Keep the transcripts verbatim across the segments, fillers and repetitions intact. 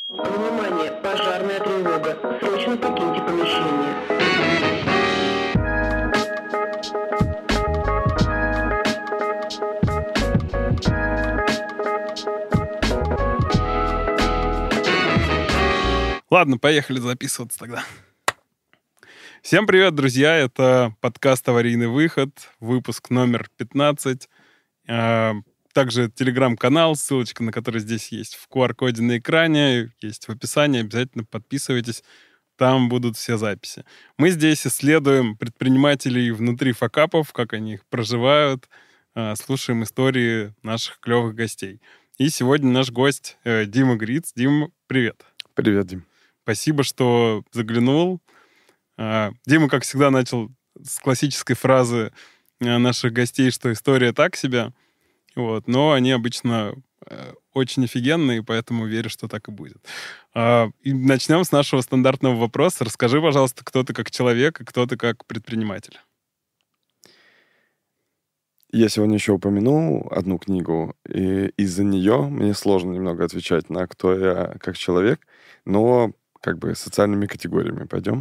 Внимание, пожарная тревога. Срочно покиньте помещение. Ладно, поехали записываться тогда. Всем привет, друзья! Это подкаст «Аварийный выход», выпуск номер пятнадцать. Также телеграм-канал, ссылочка на который здесь есть в ку ар-коде на экране, есть в описании. Обязательно подписывайтесь, там будут все записи. Мы здесь исследуем предпринимателей внутри факапов, как они их проживают, слушаем истории наших клевых гостей. И сегодня наш гость Дима Гриц. Дима, привет! Привет, Дим. Спасибо, что заглянул. Дима, как всегда, начал с классической фразы наших гостей, что история так себе. Вот. Но они обычно очень офигенные, поэтому верю, что так и будет. И начнем с нашего стандартного вопроса. Расскажи, пожалуйста, кто ты как человек и кто ты как предприниматель. Я сегодня еще упомяну одну книгу, и из-за нее мне сложно немного отвечать на кто я как человек, но как бы социальными категориями пойдем.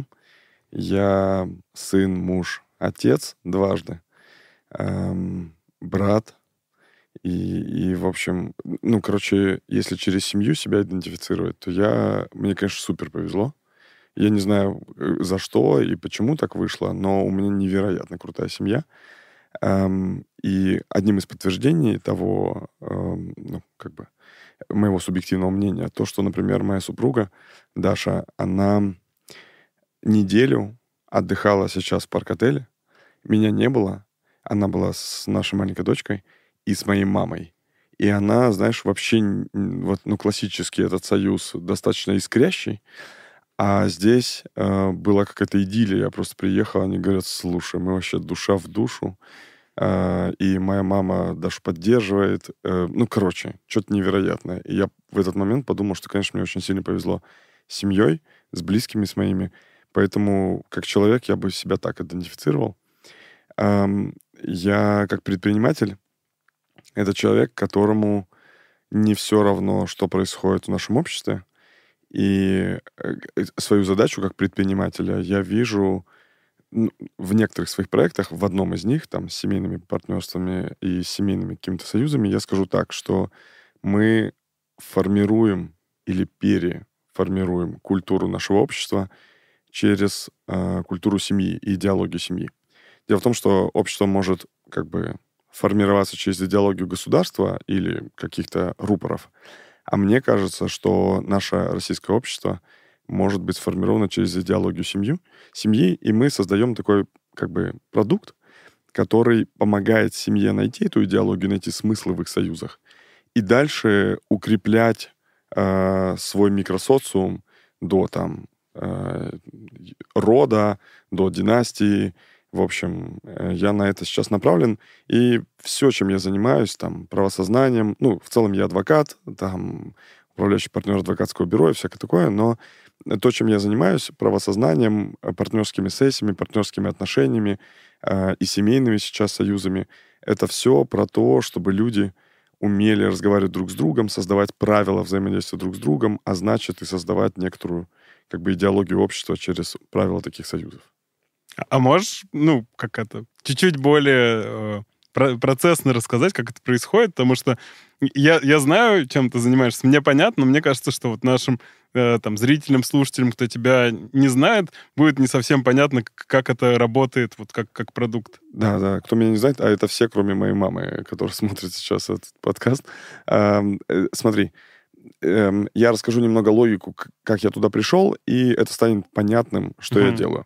Я сын, муж, отец дважды, эм, брат. И, и, в общем, ну, короче, если через семью себя идентифицировать, то я, мне, конечно, супер повезло. Я не знаю, за что и почему так вышло, но у меня невероятно крутая семья. Эм, и одним из подтверждений того, эм, ну, как бы, моего субъективного мнения, то, что, например, моя супруга Даша, она неделю отдыхала сейчас в парк-отеле, меня не было, она была с нашей маленькой дочкой и с моей мамой. И она, знаешь, вообще, вот, ну, классический этот союз достаточно искрящий, а здесь э, была какая-то идиллия. Я просто приехал, они говорят, слушай, мы вообще душа в душу, э, и моя мама Дашу поддерживает. Э, ну, короче, что-то невероятное. И я в этот момент подумал, что, конечно, мне очень сильно повезло с семьей, с близкими, с моими. Поэтому, как человек, я бы себя так идентифицировал. Эм, я, как предприниматель, это человек, которому не все равно, что происходит в нашем обществе. И свою задачу как предпринимателя я вижу в некоторых своих проектах, в одном из них, там, с семейными партнерствами и семейными какими-то союзами, я скажу так, что мы формируем или переформируем культуру нашего общества через э, культуру семьи и идеологию семьи. Дело в том, что общество может как бы формироваться через идеологию государства или каких-то рупоров. А мне кажется, что наше российское общество может быть сформировано через идеологию семью, семьи, и мы создаем такой как бы продукт, который помогает семье найти эту идеологию, найти смыслы в их союзах, и дальше укреплять э, свой микросоциум до там э, рода, до династии. В общем, я на это сейчас направлен, и все, чем я занимаюсь, там, правосознанием, ну, в целом я адвокат, там, управляющий партнер адвокатского бюро и всякое такое, но то, чем я занимаюсь, правосознанием, партнерскими сессиями, партнерскими отношениями э, и семейными сейчас союзами, это все про то, чтобы люди умели разговаривать друг с другом, создавать правила взаимодействия друг с другом, а значит и создавать некоторую, как бы, идеологию общества через правила таких союзов. А можешь, ну, как это, чуть-чуть более э, про- процессно рассказать, как это происходит? Потому что я, я знаю, чем ты занимаешься, мне понятно, но мне кажется, что вот нашим э, там, зрителям, слушателям, кто тебя не знает, будет не совсем понятно, как, как это работает, вот как, как продукт. Да, да, кто меня не знает, а это все, кроме моей мамы, которая смотрит сейчас этот подкаст. Эм, э, смотри, эм, я расскажу немного логику, как я туда пришел, и это станет понятным, что Мгм. я делаю.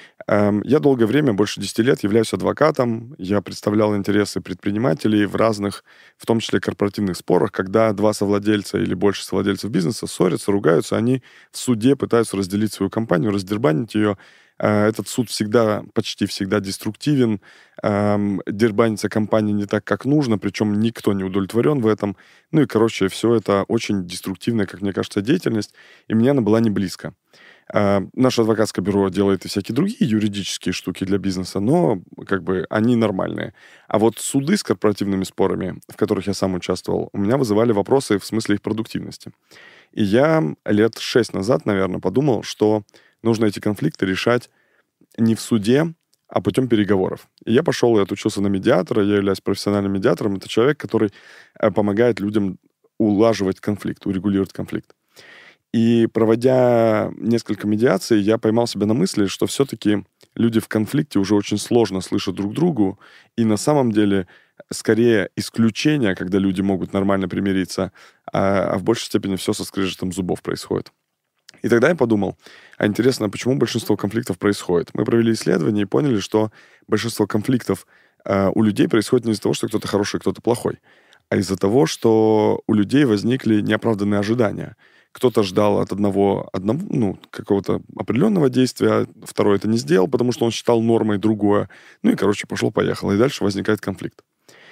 Я долгое время, больше десяти лет, являюсь адвокатом. Я представлял интересы предпринимателей в разных, в том числе корпоративных спорах, когда два совладельца или больше совладельцев бизнеса ссорятся, ругаются, они в суде пытаются разделить свою компанию, раздербанить ее. Этот суд всегда, почти всегда деструктивен. Дербанится компания не так, как нужно, причем никто не удовлетворен в этом. Ну и, короче, все это очень деструктивная, как мне кажется, деятельность, и мне она была не близко. А, наше адвокатское бюро делает и всякие другие юридические штуки для бизнеса, но как бы они нормальные. А вот суды с корпоративными спорами, в которых я сам участвовал, у меня вызывали вопросы в смысле их продуктивности. И я лет шесть назад, наверное, подумал, что нужно эти конфликты решать не в суде, а путем переговоров. И я пошел и отучился на медиатора, я являюсь профессиональным медиатором. Это человек, который э, помогает людям улаживать конфликт, урегулировать конфликт. И проводя несколько медиаций, я поймал себя на мысли, что все-таки люди в конфликте уже очень сложно слышат друг другу, и на самом деле скорее исключение, когда люди могут нормально примириться, а, а в большей степени все со скрежетом зубов происходит. И тогда я подумал, а интересно, почему большинство конфликтов происходит? Мы провели исследование и поняли, что большинство конфликтов э, у людей происходит не из-за того, что кто-то хороший, кто-то плохой, а из-за того, что у людей возникли неоправданные ожидания. Кто-то ждал от одного, одного ну, какого-то определенного действия, второй это не сделал, потому что он считал нормой другое. Ну и, короче, пошел-поехал. И дальше возникает конфликт.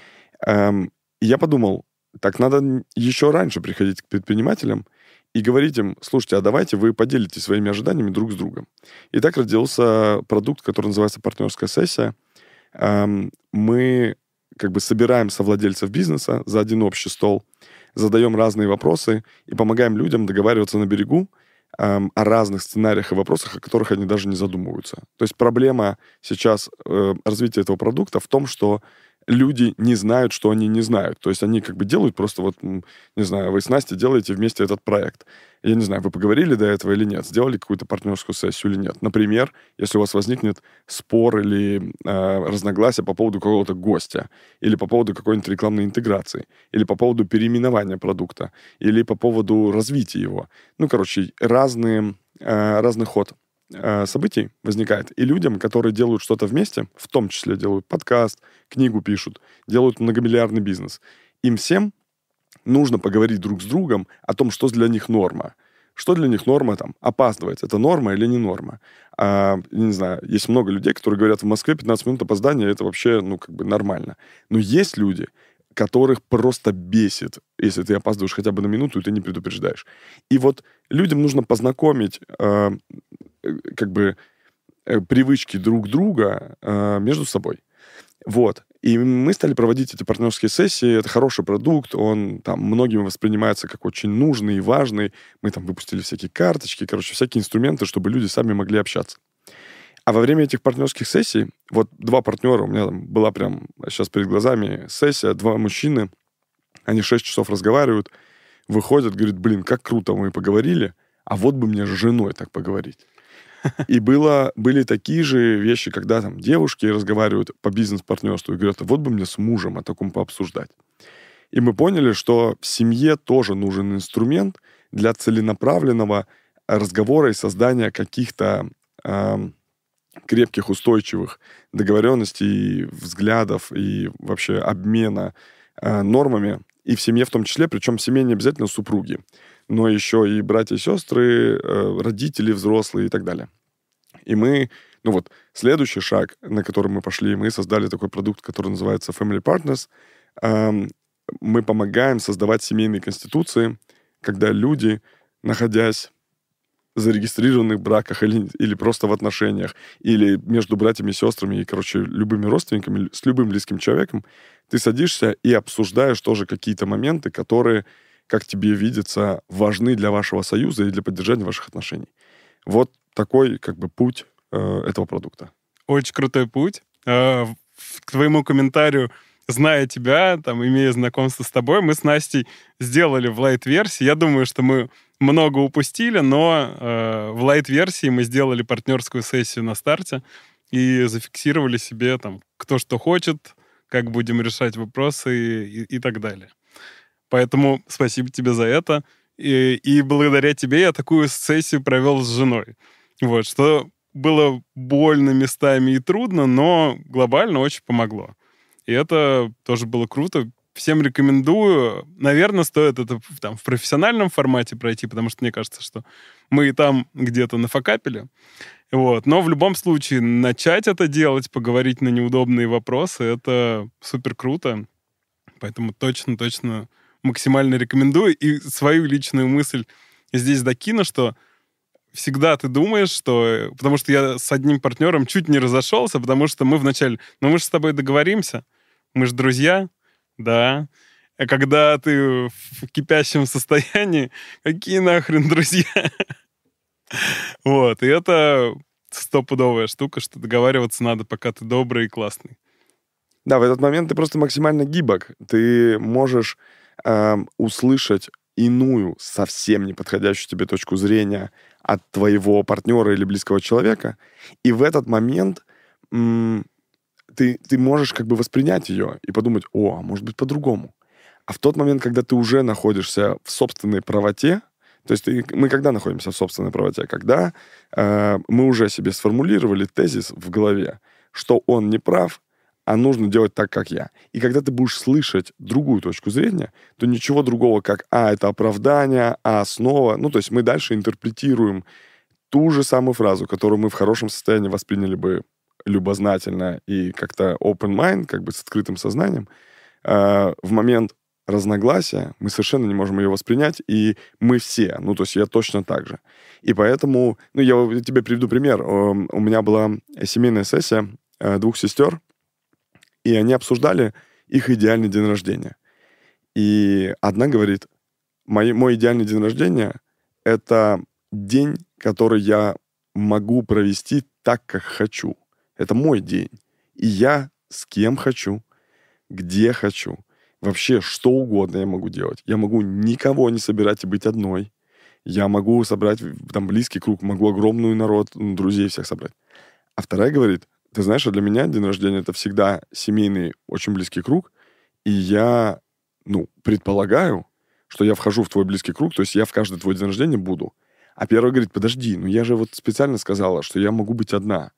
Эм, и я подумал, так надо еще раньше приходить к предпринимателям и говорить им, слушайте, а давайте вы поделитесь своими ожиданиями друг с другом. И так родился продукт, который называется «Партнерская сессия». Эм, мы как бы собираем совладельцев бизнеса за один общий стол, задаем разные вопросы и помогаем людям договариваться на берегу эм, о разных сценариях и вопросах, о которых они даже не задумываются. То есть проблема сейчас э, развития этого продукта в том, что люди не знают, что они не знают. То есть они как бы делают просто вот, не знаю, вы с Настей делаете вместе этот проект. Я не знаю, вы поговорили до этого или нет, сделали какую-то партнерскую сессию или нет. Например, если у вас возникнет спор или э, разногласие по поводу какого-то гостя, или по поводу какой-нибудь рекламной интеграции, или по поводу переименования продукта, или по поводу развития его. Ну, короче, разные, э, разный ход событий возникает. И людям, которые делают что-то вместе, в том числе делают подкаст, книгу пишут, делают многомиллиардный бизнес, им всем нужно поговорить друг с другом о том, что для них норма. Что для них норма, там, опаздывать, это норма или не норма. А, не знаю, есть много людей, которые говорят, в Москве пятнадцать минут опоздания, это вообще, ну, как бы нормально. Но есть люди, которых просто бесит, если ты опаздываешь хотя бы на минуту, и ты не предупреждаешь. И вот людям нужно познакомить э, как бы э, привычки друг друга э, между собой. Вот. И мы стали проводить эти партнерские сессии. Это хороший продукт, он там многими воспринимается как очень нужный и важный. Мы там выпустили всякие карточки, короче, всякие инструменты, чтобы люди сами могли общаться. А во время этих партнерских сессий, вот два партнера, у меня там была прям сейчас перед глазами сессия, два мужчины, они шесть часов разговаривают, выходят, говорят, блин, как круто мы поговорили, а вот бы мне с женой так поговорить. И было, были такие же вещи, когда там девушки разговаривают по бизнес-партнерству и говорят, вот бы мне с мужем о таком пообсуждать. И мы поняли, что в семье тоже нужен инструмент для целенаправленного разговора и создания каких-то э, крепких, устойчивых договоренностей, взглядов и вообще обмена э, нормами. И в семье в том числе, причем в семье не обязательно супруги, но еще и братья и сестры, э, родители взрослые и так далее. И мы, ну вот, следующий шаг, на который мы пошли, мы создали такой продукт, который называется Family Partners. Э, мы помогаем создавать семейные конституции, когда люди, находясь в зарегистрированных браках или, или просто в отношениях, или между братьями и сестрами, и, короче, любыми родственниками, с любым близким человеком, ты садишься и обсуждаешь тоже какие-то моменты, которые, как тебе видится, важны для вашего союза и для поддержания ваших отношений. Вот такой, как бы, путь э, этого продукта. Очень крутой путь. Э, к твоему комментарию, зная тебя, там, имея знакомство с тобой, мы с Настей сделали в лайт-версии. Я думаю, что мы много упустили, но э, в лайт-версии мы сделали партнерскую сессию на старте и зафиксировали себе, там, кто что хочет, как будем решать вопросы и, и, и так далее. Поэтому спасибо тебе за это. И, и благодаря тебе я такую сессию провел с женой. Вот, что было больно местами и трудно, но глобально очень помогло. И это тоже было круто. Всем рекомендую. Наверное, стоит это там, в профессиональном формате пройти, потому что мне кажется, что мы и там где-то нафакапили. Вот. Но в любом случае начать это делать, поговорить на неудобные вопросы, это супер круто. Поэтому точно-точно максимально рекомендую. И свою личную мысль здесь докину, что всегда ты думаешь, что... Потому что я с одним партнером чуть не разошелся, потому что мы вначале... Ну, мы же с тобой договоримся, мы же друзья, да. А когда ты в кипящем состоянии, какие нахрен друзья? Вот, и это стопудовая штука, что договариваться надо, пока ты добрый и классный. Да, в этот момент ты просто максимально гибок. Ты можешь э, услышать иную, совсем неподходящую тебе точку зрения от твоего партнера или близкого человека, и в этот момент м, ты, ты можешь как бы воспринять ее и подумать, о, а может быть по-другому. А в тот момент, когда ты уже находишься в собственной правоте, то есть ты, мы когда находимся в собственной правоте? Когда э, мы уже себе сформулировали тезис в голове, что он не прав, а нужно делать так, как я. И когда ты будешь слышать другую точку зрения, то ничего другого, как «а» — это оправдание, «а» — основа. Ну, то есть мы дальше интерпретируем ту же самую фразу, которую мы в хорошем состоянии восприняли бы любознательно и как-то open mind, как бы с открытым сознанием. Э, в момент разногласия мы совершенно не можем ее воспринять, и мы все, ну, то есть я точно так же. И поэтому, ну, я тебе приведу пример. У меня была семейная сессия двух сестер, и они обсуждали их идеальный день рождения. И одна говорит, мой, мой идеальный день рождения — это день, который я могу провести так, как хочу. Это мой день. И я с кем хочу, где хочу. Вообще, что угодно я могу делать. Я могу никого не собирать и быть одной. Я могу собрать там близкий круг, могу огромную народ, друзей всех собрать. А вторая говорит, ты знаешь, а для меня день рождения — это всегда семейный, очень близкий круг, и я, ну, предполагаю, что я вхожу в твой близкий круг, то есть я в каждый твой день рождения буду. А первая говорит, подожди, ну я же вот специально сказала, что я могу быть одна.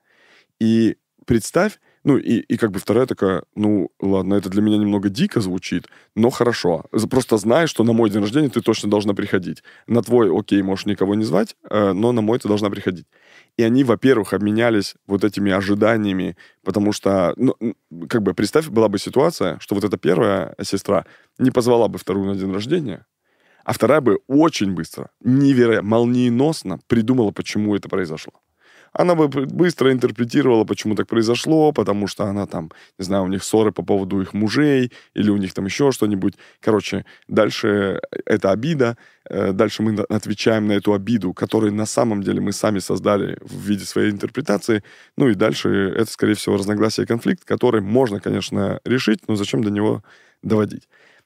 И представь, ну, и, и как бы вторая такая, ну, ладно, это для меня немного дико звучит, но хорошо. Просто знай, что на мой день рождения ты точно должна приходить. На твой, окей, можешь никого не звать, э, но на мой ты должна приходить. И они, во-первых, обменялись вот этими ожиданиями, потому что, ну, как бы, представь, была бы ситуация, что вот эта первая сестра не позвала бы вторую на день рождения, а вторая бы очень быстро, невероятно, молниеносно придумала, почему это произошло. Она бы быстро интерпретировала, почему так произошло, потому что она там, не знаю, у них ссоры по поводу их мужей, или у них там еще что-нибудь. Короче, дальше это обида, дальше мы отвечаем на эту обиду, которую на самом деле мы сами создали в виде своей интерпретации. Ну и дальше это, скорее всего, разногласие и конфликт, который можно, конечно, решить, но зачем до него доводить?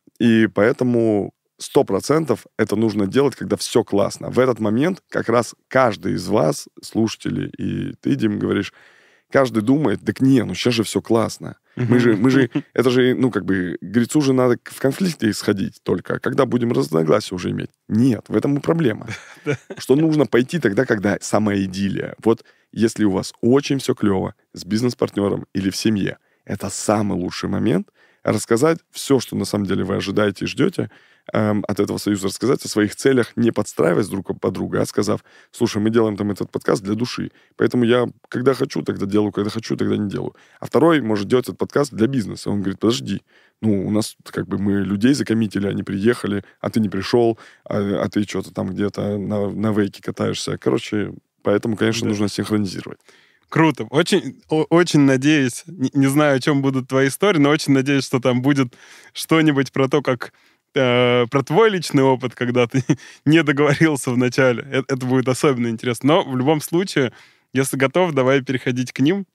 И поэтому... Сто процентов это нужно делать, когда все классно. В этот момент как раз каждый из вас, слушатели, и ты, Дим, говоришь, каждый думает, так не, ну сейчас же все классно. Мы же, мы же, это же, ну, как бы, грецу же надо в конфликте исходить только, когда будем разногласия уже иметь. Нет, в этом и проблема. Что нужно пойти тогда, когда самая идиллия. Вот если у вас очень все клево с бизнес-партнером или в семье, это самый лучший момент рассказать все, что на самом деле вы ожидаете и ждете эм, от этого союза, рассказать о своих целях, не подстраиваясь друг под друга, а сказав, слушай, мы делаем там этот подкаст для души, поэтому я когда хочу, тогда делаю, когда хочу, тогда не делаю. А второй может делать этот подкаст для бизнеса. Он говорит, подожди, ну, у нас как бы мы людей закоммитили, они приехали, а ты не пришел, а, а ты что-то там где-то на, на вейке катаешься. Короче, поэтому, конечно, да. нужно синхронизировать. Круто. Очень, очень надеюсь, не, не знаю, о чем будут твои истории, но очень надеюсь, что там будет что-нибудь про то, как э, про твой личный опыт, когда ты не договорился вначале. Это, это будет особенно интересно. Но в любом случае, если готов, давай переходить к ним.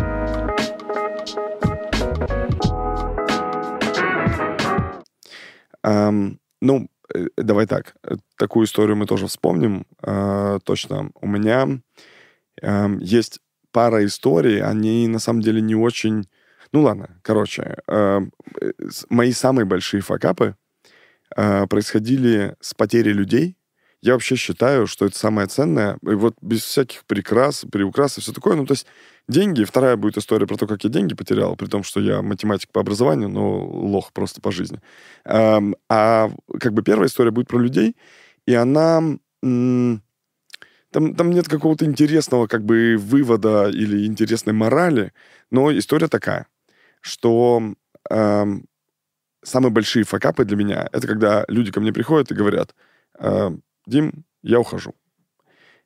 Um, ну, давай так. Такую историю мы тоже вспомним. Uh, точно. У меня uh, есть пара историй, они на самом деле не очень... Ну ладно, короче, э, мои самые большие факапы э, происходили с потерей людей. Я вообще считаю, что это самое ценное. И вот без всяких прикрас, приукрас и все такое. Ну, то есть деньги... Вторая будет история про то, как я деньги потерял, при том, что я математик по образованию, но лох просто по жизни. Э, а как бы первая история будет про людей, и она... М- Там, там нет какого-то интересного как бы вывода или интересной морали, но история такая, что э, самые большие факапы для меня — это когда люди ко мне приходят и говорят, э, Дим, я ухожу.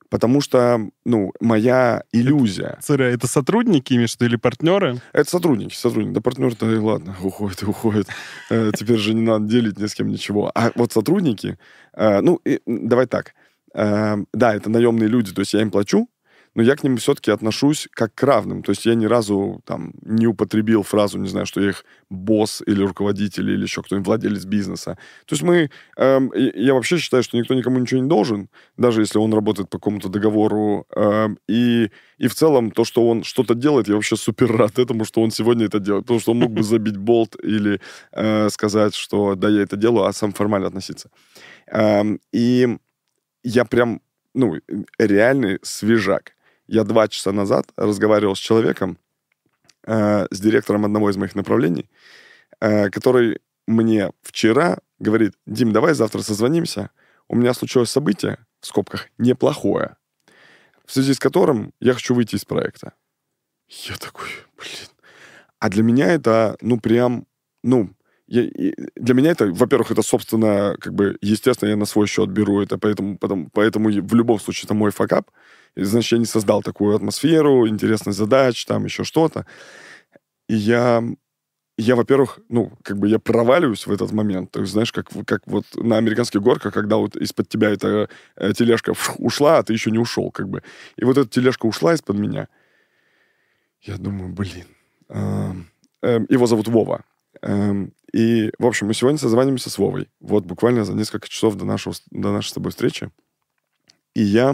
Потому что, ну, моя иллюзия... Смотри, это сотрудники, имеешь в виду, или партнеры? Это сотрудники, сотрудники. Да партнер-то, и ладно, уходит и уходит. Э, Теперь же не надо делить ни с кем ничего. А вот сотрудники... э, Ну, и, м, давай так. Э, Да, это наемные люди, то есть я им плачу, но я к ним все-таки отношусь как к равным. То есть я ни разу там не употребил фразу, не знаю, что я их босс или руководитель или еще кто-нибудь, владелец бизнеса. То есть мы... эм, и- Я вообще считаю, что никто никому ничего не должен, даже если он работает по какому-то договору. эм, И, и в целом то, что он что-то делает, я вообще супер рад этому, что он сегодня это делает. Потому что он мог бы забить болт или э, сказать, что да, я это делаю, а сам формально относиться. Эм, И я прям, ну, реальный свежак. Я два часа назад разговаривал с человеком, э, с директором одного из моих направлений, э, который мне вчера говорит: Дим, давай завтра созвонимся. У меня случилось событие, в скобках, неплохое, в связи с которым я хочу выйти из проекта. Я такой, блин. А для меня это, ну, прям, ну, я- и для меня это, во-первых, это, собственно, как бы, естественно, я на свой счет беру это, поэтому, потом, поэтому и в любом случае это мой факап. И, значит, я не создал такую атмосферу, интересных задач, там еще что-то. И я, я, во-первых, ну, как бы я проваливаюсь в этот момент. То есть, знаешь, как, в- как вот на американских горках, когда вот из-под тебя эта э, тележка фу, ушла, а ты еще не ушел, как бы. И вот эта тележка ушла из-под меня. Я думаю, блин. эм, эм, Его зовут Вова. Эм, И, в общем, мы сегодня созваниваемся с Вовой. Вот буквально за несколько часов до, нашего, с- до нашей с тобой встречи. И я,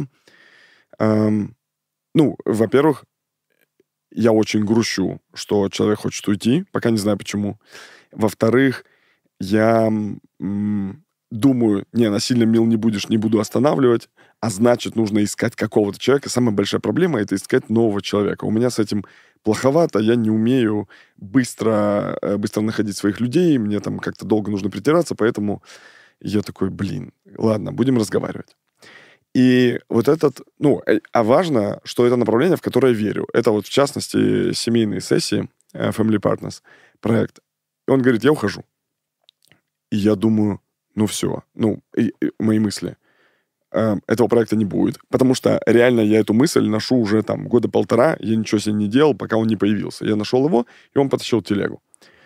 эм, ну, во-первых, я очень грущу, что человек хочет уйти, пока не знаю почему. Во-вторых, я м, думаю, не, насильно мил не будешь, не буду останавливать, а значит, нужно искать какого-то человека. Самая большая проблема — это искать нового человека. У меня с этим плоховато, я не умею быстро, э, быстро находить своих людей, мне там как-то долго нужно притираться, поэтому я такой, блин, ладно, будем разговаривать. И вот этот, ну, э, а важно, что это направление, в которое я верю. Это вот, в частности, семейные сессии, э, Family Partners, проект. И он говорит, я ухожу. И я думаю, ну все, ну, и- и мои мысли. э, Этого проекта не будет. Потому что реально я эту мысль ношу уже там года полтора, я ничего себе не делал, пока он не появился. Я нашел его, и он потащил телегу.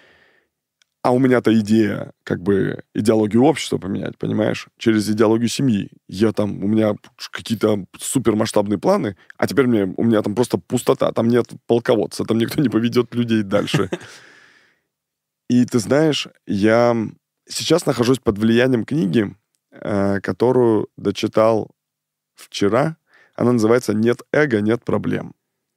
А у меня-то идея, как бы, идеологию общества поменять, понимаешь? Через идеологию семьи. Я там, у меня какие-то супермасштабные планы, а теперь мне, у меня там просто пустота, там нет полководца, там никто не поведет людей дальше. И ты знаешь, я сейчас нахожусь под влиянием книги, э, которую дочитал вчера. Она называется «Нет эго, нет проблем».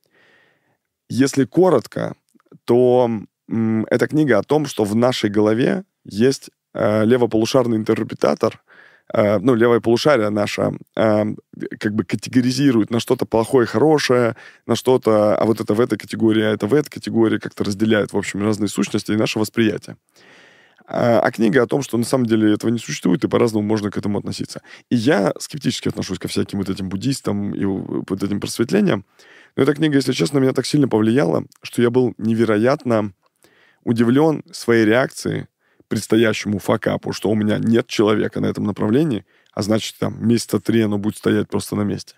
Если коротко, то м, эта книга о том, что в нашей голове есть э, левополушарный интерпретатор, э, ну, левое полушарие наше э, как бы категоризирует на что-то плохое, хорошее, на что-то, а вот это в этой категории, а это в этой категории, как-то разделяет, в общем, разные сущности и наше восприятие. А, а книга о том, что на самом деле этого не существует, и по-разному можно к этому относиться. И я скептически отношусь ко всяким вот этим буддистам и вот этим просветлениям. Но эта книга, если честно, меня так сильно повлияла, что я был невероятно удивлен своей реакцией предстоящему факапу, что у меня нет человека на этом направлении, а значит, там, месяца три оно будет стоять просто на месте.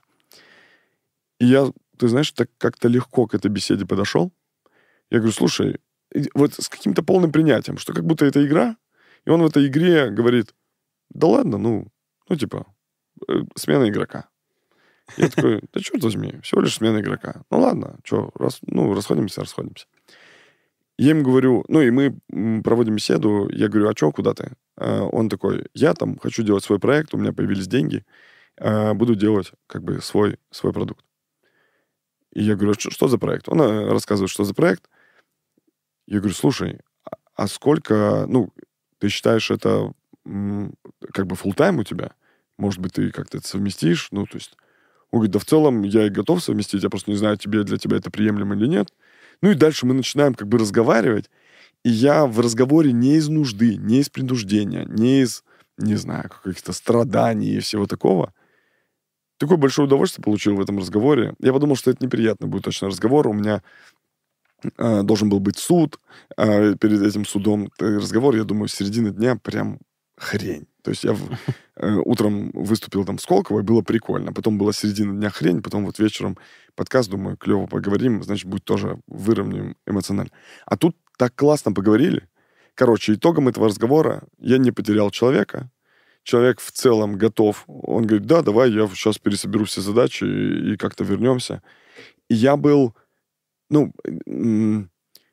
И я, ты знаешь, так как-то легко к этой беседе подошел. Я говорю, слушай, и вот с каким-то полным принятием, что как будто это игра, и он в этой игре говорит, да ладно, ну, ну типа, э, смена игрока. Я такой, да черт возьми, всего лишь смена игрока. Ну ладно, что, раз, ну, расходимся, расходимся. Я ему говорю, ну и мы м, проводим беседу, я говорю, а что, куда ты? А он такой, я там хочу делать свой проект, у меня появились деньги, а, буду делать как бы свой, свой продукт. И я говорю, что, что за проект? Он э, рассказывает, что за проект. Я говорю, слушай, а а сколько, ну, ты считаешь это м, как бы full-time у тебя? Может быть, ты как-то это совместишь? Ну, то есть, он говорит, да в целом я и готов совместить, я просто не знаю, тебе, для тебя это приемлемо или нет. Ну и дальше мы начинаем как бы разговаривать, и я в разговоре не из нужды, не из принуждения, не из, не знаю, каких-то страданий и всего такого. Такое большое удовольствие получил в этом разговоре. Я подумал, что это неприятный будет точно разговор. У меня э, должен был быть суд, э, перед этим судом э, разговор, я думаю, с середины дня прям хрень. То есть я в, э, утром выступил там в Сколково, и было прикольно. Потом была середина дня хрень, потом вот вечером подкаст, думаю, клево поговорим, значит, будет тоже выровняем эмоционально. А тут так классно поговорили. Короче, итогом этого разговора я не потерял человека. Человек в целом готов. Он говорит, да, давай, я сейчас пересоберу все задачи и, и как-то вернемся. И я был, ну... М-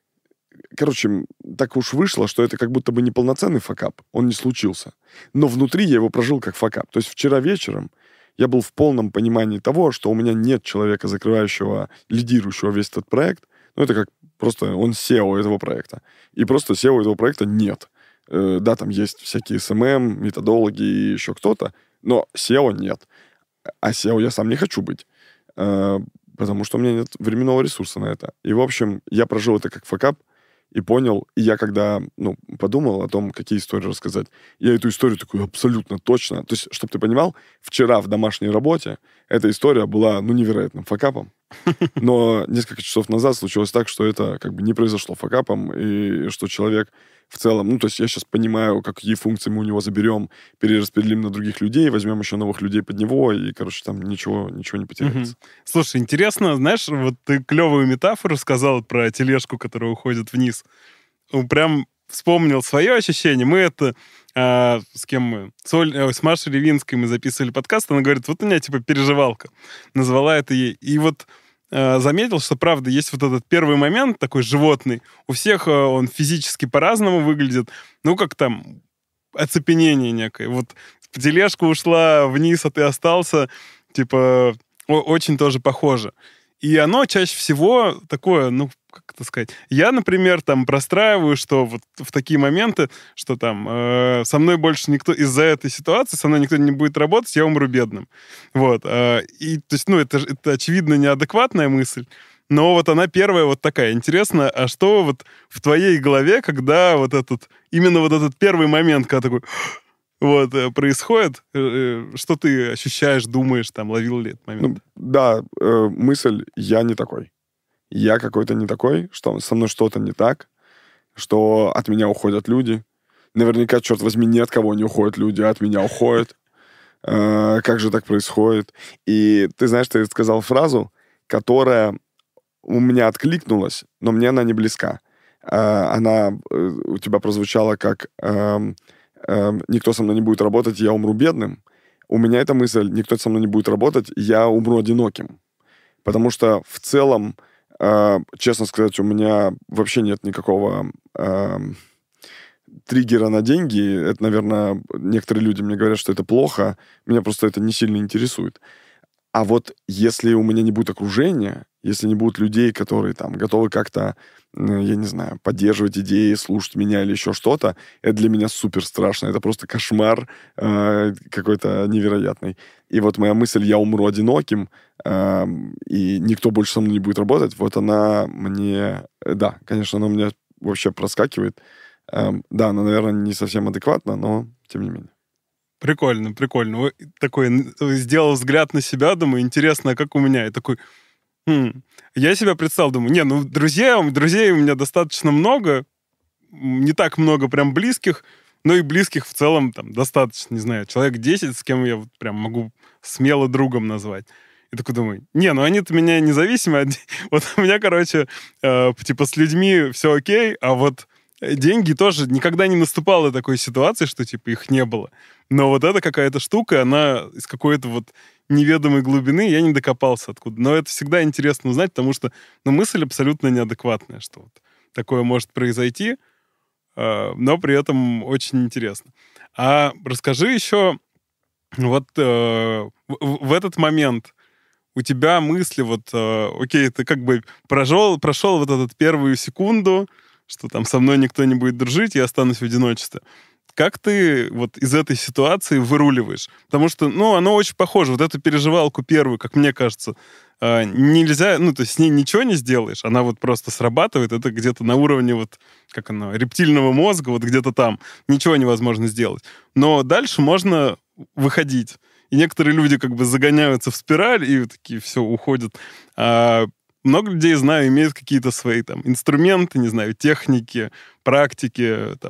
Короче, так уж вышло, что это как будто бы неполноценный факап. Он не случился. Но внутри я его прожил как факап. То есть вчера вечером я был в полном понимании того, что у меня нет человека, закрывающего, лидирующего весь этот проект. Ну, это как просто он сео этого проекта. И просто сео этого проекта нет. Э, да, там есть всякие эс эм эм, методологи и еще кто-то, но сео нет. А сео я сам не хочу быть. Э, потому что у меня нет временного ресурса на это. И, в общем, я прожил это как факап, и понял, и я когда, ну, подумал о том, какие истории рассказать, я эту историю такую абсолютно точно... То есть, чтобы ты понимал, вчера в домашней работе эта история была, ну, невероятным факапом. Но несколько часов назад случилось так, что это как бы не произошло факапом, и что человек в целом... Ну, то есть я сейчас понимаю, какие функции мы у него заберем, перераспределим на других людей, возьмем еще новых людей под него, и, короче, там ничего, ничего не потеряется. Угу. Слушай, интересно, знаешь, вот ты клевую метафору сказал про тележку, которая уходит вниз. Прям вспомнил свое ощущение. Мы это... А, с кем мы? С, Оль, э, с Машей Ревинской мы записывали подкаст, она говорит, вот у меня типа переживалка. Назвала это ей. И вот заметил, что, правда, есть вот этот первый момент такой животный. У всех он физически по-разному выглядит. Ну, как там оцепенение некое. Вот тележка ушла вниз, а ты остался. Типа, очень тоже похоже. И оно чаще всего такое, ну, как это сказать... Я, например, там простраиваю, что вот в такие моменты, что там э, со мной больше никто из-за этой ситуации, со мной никто не будет работать, я умру бедным. Вот. Э, и, то есть, ну, это, это очевидно неадекватная мысль, но вот она первая вот такая. Интересно, а что вот в твоей голове, когда вот этот... Именно вот этот первый момент, когда такой... Вот, происходит, что ты ощущаешь, думаешь, там, ловил ли этот момент? Ну, да, э, мысль «я не такой». Я какой-то не такой, что со мной что-то не так, что от меня уходят люди. Наверняка, черт возьми, ни от кого не уходят люди, а от меня уходят. Э, как же так происходит? И ты знаешь, ты сказал фразу, которая у меня откликнулась, но мне она не близка. Э, она у тебя прозвучала как... Э, никто со мной не будет работать, я умру бедным. У меня эта мысль, никто со мной не будет работать, я умру одиноким. Потому что в целом, э, честно сказать, у меня вообще нет никакого э, триггера на деньги. Это, наверное, некоторые люди мне говорят, что это плохо. Меня просто это не сильно интересует. А вот если у меня не будет окружения, если не будут людей, которые там готовы как-то, я не знаю, поддерживать идеи, слушать меня или еще что-то, это для меня супер страшно. Это просто кошмар э, какой-то невероятный. И вот моя мысль «я умру одиноким», э, и никто больше со мной не будет работать, вот она мне... Да, конечно, она у меня вообще проскакивает. Э, да, она, наверное, не совсем адекватна, но тем не менее. Прикольно, прикольно. Такой сделал взгляд на себя, думаю, интересно, а как у меня? И такой... Хм. Я себя представил, думаю, не, ну, друзья, друзей у меня достаточно много, не так много прям близких, но и близких в целом там достаточно, не знаю, человек десять, с кем я вот прям могу смело другом назвать. И такой думаю, не, ну они-то меня независимы. Вот у меня, короче, э, типа с людьми все окей, а вот деньги тоже никогда не наступало такой ситуации, что типа их не было. Но вот эта какая-то штука, она из какой-то вот неведомой глубины, я не докопался откуда. Но это всегда интересно узнать, потому что ну, мысль абсолютно неадекватная, что вот такое может произойти, э, но при этом очень интересно. А расскажи еще, вот э, в, в этот момент у тебя мысли, вот, э, окей, ты как бы прошел, прошел вот эту первую секунду, что там со мной никто не будет дружить, я останусь в одиночестве. Как ты вот из этой ситуации выруливаешь? Потому что, ну, оно очень похоже. Вот эту переживалку первую, как мне кажется, нельзя, ну, то есть с ней ничего не сделаешь. Она вот просто срабатывает. Это где-то на уровне вот, как оно, рептильного мозга, вот где-то там. Ничего невозможно сделать. Но дальше можно выходить. И некоторые люди как бы загоняются в спираль и такие все, уходят. А много людей, знаю, имеют какие-то свои там инструменты, не знаю, техники, практики, там,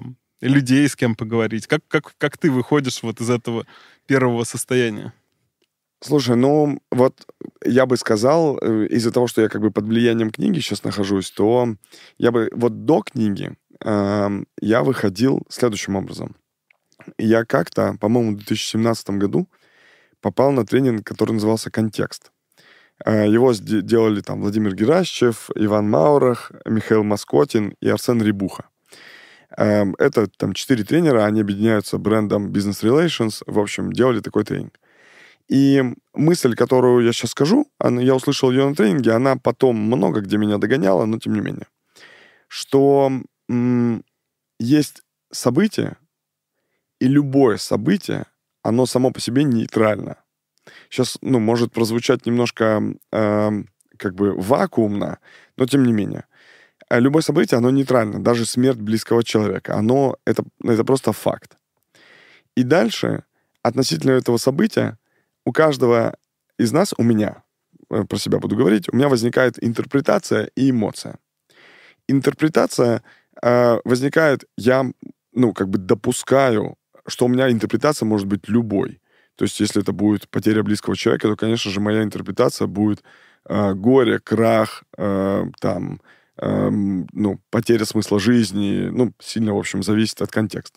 людей с кем поговорить? Как, как, как ты выходишь вот из этого первого состояния? Слушай, ну вот я бы сказал, э, из-за того, что я как бы под влиянием книги сейчас нахожусь, то я бы вот до книги эм, я выходил следующим образом. Я как-то, по-моему, в две тысячи семнадцатом году попал на тренинг, который назывался «Контекст». Э, Его сде- делали там Владимир Геращев, Иван Маурах, Михаил Маскотин и Арсен Рябуха. Эм, Это там четыре тренера, они объединяются брендом Business Relations. В общем, делали такой тренинг. И мысль, которую я сейчас скажу, она, я услышал ее на тренинге, она потом много где меня догоняла, но тем не менее. Что м, есть событие, и любое событие, оно само по себе нейтрально. Сейчас, ну, может прозвучать немножко э, как бы вакуумно, но тем не менее. А любое событие, оно нейтрально. Даже смерть близкого человека. Оно, это, это просто факт. И дальше, относительно этого события, у каждого из нас, у меня, э, про себя буду говорить, у меня возникает интерпретация и эмоция. Интерпретация э, возникает, я, ну, как бы допускаю, что у меня интерпретация может быть любой. То есть, если это будет потеря близкого человека, то, конечно же, моя интерпретация будет э, горе, крах, э, там, э, ну, потеря смысла жизни, ну, сильно, в общем, зависит от контекста.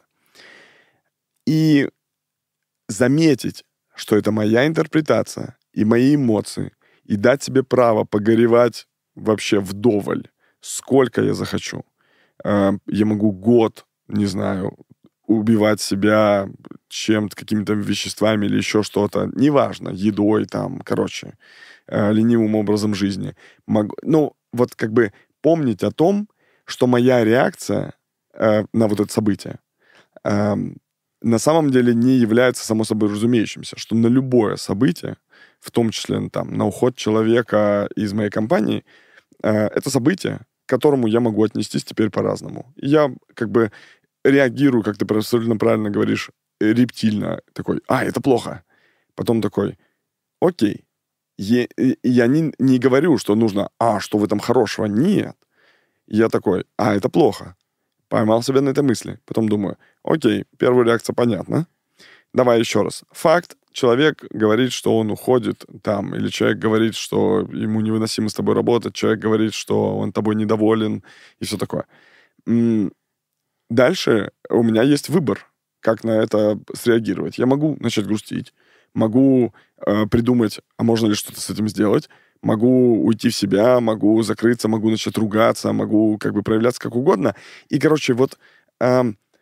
И заметить, что это моя интерпретация и мои эмоции, и дать себе право погоревать вообще вдоволь, сколько я захочу. Э, Я могу год, не знаю, убивать себя чем-то, какими-то веществами или еще что-то, неважно, едой там, короче, э, ленивым образом жизни. Могу, ну, вот как бы помнить о том, что моя реакция э, на вот это событие э, на самом деле не является само собой разумеющимся, что на любое событие, в том числе ну, там, на уход человека из моей компании, э, это событие, к которому я могу отнестись теперь по-разному. И я как бы реагирую, как ты абсолютно правильно говоришь, рептильно. Такой, а, это плохо. Потом такой, окей. Е- я не, не говорю, что нужно, а, что в этом хорошего. Нет. Я такой, а, это плохо. Поймал себя на этой мысли. Потом думаю, окей, первая реакция понятна. Давай еще раз. Факт. Человек говорит, что он уходит там, или человек говорит, что ему невыносимо с тобой работать, человек говорит, что он тобой недоволен, и все такое. М, Дальше у меня есть выбор, как на это среагировать. Я могу начать грустить, могу э, придумать, а можно ли что-то с этим сделать, могу уйти в себя, могу закрыться, могу начать ругаться, могу как бы проявляться как угодно. И, короче, вот э,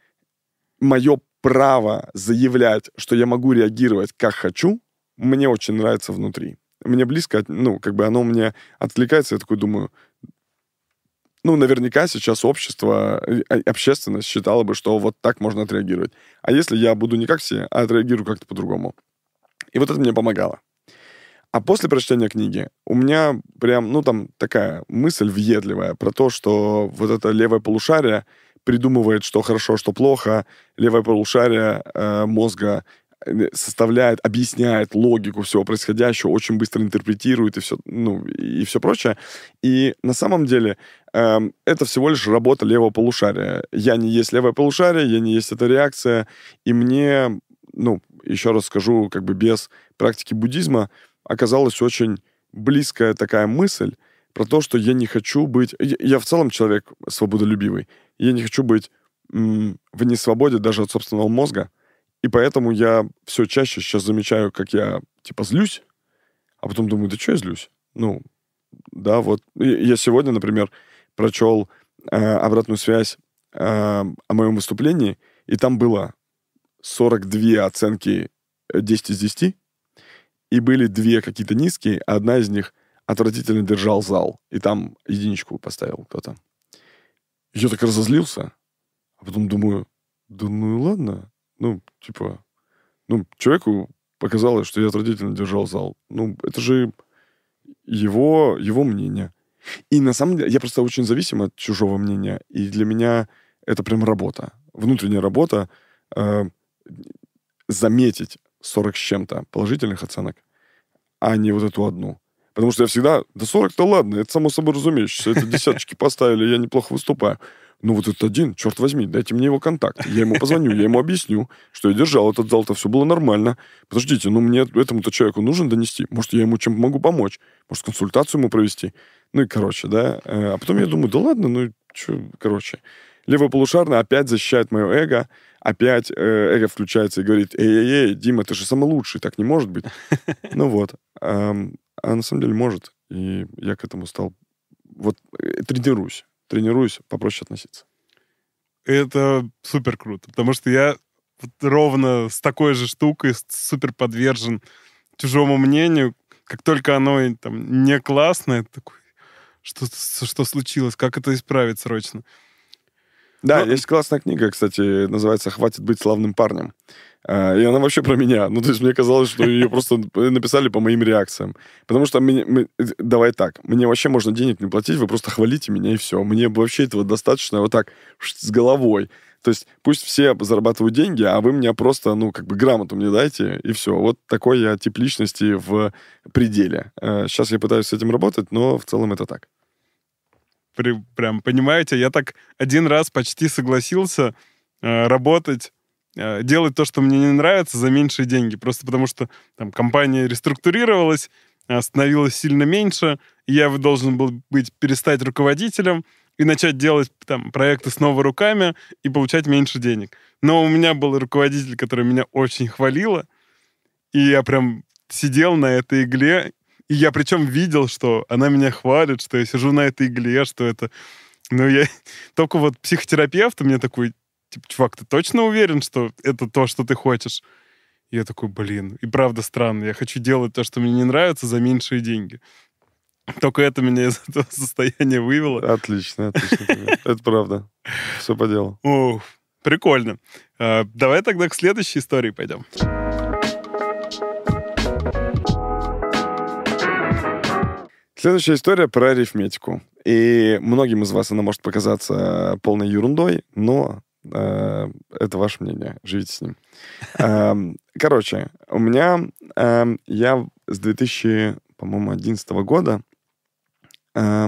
мое право заявлять, что я могу реагировать как хочу, мне очень нравится внутри. Мне близко, ну, как бы оно мне откликается, я такой думаю, ну, наверняка сейчас общество, э, общественность считала бы, что вот так можно отреагировать. А если я буду не как все, а отреагирую как-то по-другому? И вот это мне помогало. А после прочтения книги у меня прям, ну, там такая мысль въедливая про то, что вот это левое полушарие придумывает, что хорошо, что плохо. Левое полушарие э, мозга составляет, объясняет логику всего происходящего, очень быстро интерпретирует и все, ну, и все прочее. И на самом деле э, это всего лишь работа левого полушария. Я не есть левое полушарие, я не есть эта реакция. И мне, ну, еще раз скажу, как бы без практики буддизма, оказалась очень близкая такая мысль про то, что я не хочу быть... Я, я в целом человек свободолюбивый. Я не хочу быть м, в несвободе даже от собственного мозга. И поэтому я все чаще сейчас замечаю, как я, типа, злюсь, а потом думаю, да что я злюсь? Ну, да, вот. Я сегодня, например, прочел э, обратную связь э, о моем выступлении, и там было сорок две оценки десять из десяти, и были две какие-то низкие, а одна из них отвратительно держал зал, и там единичку поставил кто-то. Я так разозлился, а потом думаю, да ну и ладно. Ну, типа, ну, человеку показалось, что я отвратительно держал зал. Ну, это же его, его мнение. И на самом деле я просто очень зависим от чужого мнения. И для меня это прям работа. Внутренняя работа э, заметить сорок с чем-то положительных оценок, а не вот эту одну. Потому что я всегда, да сорок-то ладно, это само собой разумеющееся. Это десяточки поставили, я неплохо выступаю. Ну, вот этот один, черт возьми, дайте мне его контакт. Я ему позвоню, я ему объясню, что я держал этот зал-то, все было нормально. Подождите, ну, мне этому-то человеку нужно донести. Может, я ему чем могу помочь? Может, консультацию ему провести? Ну, и короче, да. А потом я думаю, да ладно, ну, что, короче. Левополушарный опять защищает мое эго, опять э, эго включается и говорит, эй-эй-эй, Дима, ты же самый лучший, так не может быть. Ну, вот. А на самом деле может. И я к этому стал... Вот тренируюсь. Тренируюсь попроще относиться. Это супер круто, потому что я вот ровно с такой же штукой супер подвержен чужому мнению. Как только оно там не классное, такой, что, что случилось, как это исправить срочно. Да, Но... есть классная книга, кстати, называется «Хватит быть славным парнем». И она вообще про меня. Ну, то есть мне казалось, что ее просто написали по моим реакциям. Потому что мне, мы, давай так, мне вообще можно денег не платить, вы просто хвалите меня, и все. Мне вообще этого достаточно вот так с головой. То есть пусть все зарабатывают деньги, а вы мне просто, ну, как бы грамоту мне дайте, и все. Вот такой я тип личности в пределе. Сейчас я пытаюсь с этим работать, но в целом это так. При, прям, понимаете, я так один раз почти согласился э, работать, э, делать то, что мне не нравится, за меньшие деньги. Просто потому что там компания реструктурировалась, становилась сильно меньше, и я должен был быть, перестать руководителем и начать делать там проекты снова руками и получать меньше денег. Но у меня был руководитель, который меня очень хвалила, и я прям сидел на этой игле. И я причем видел, что она меня хвалит, что я сижу на этой игле, что это... Ну, я... Только вот психотерапевт у меня такой, типа, чувак, ты точно уверен, что это то, что ты хочешь? И я такой, блин, и правда странно. Я хочу делать то, что мне не нравится, за меньшие деньги. Только это меня из этого состояния вывело. Отлично, отлично. Это правда. Все по делу. О, прикольно. Давай тогда к следующей истории пойдем. Следующая история про арифметику. И многим из вас она может показаться полной ерундой, но э, это ваше мнение. Живите с ним. Э, короче, у меня... Э, я с две тысячи одиннадцатого года... Э,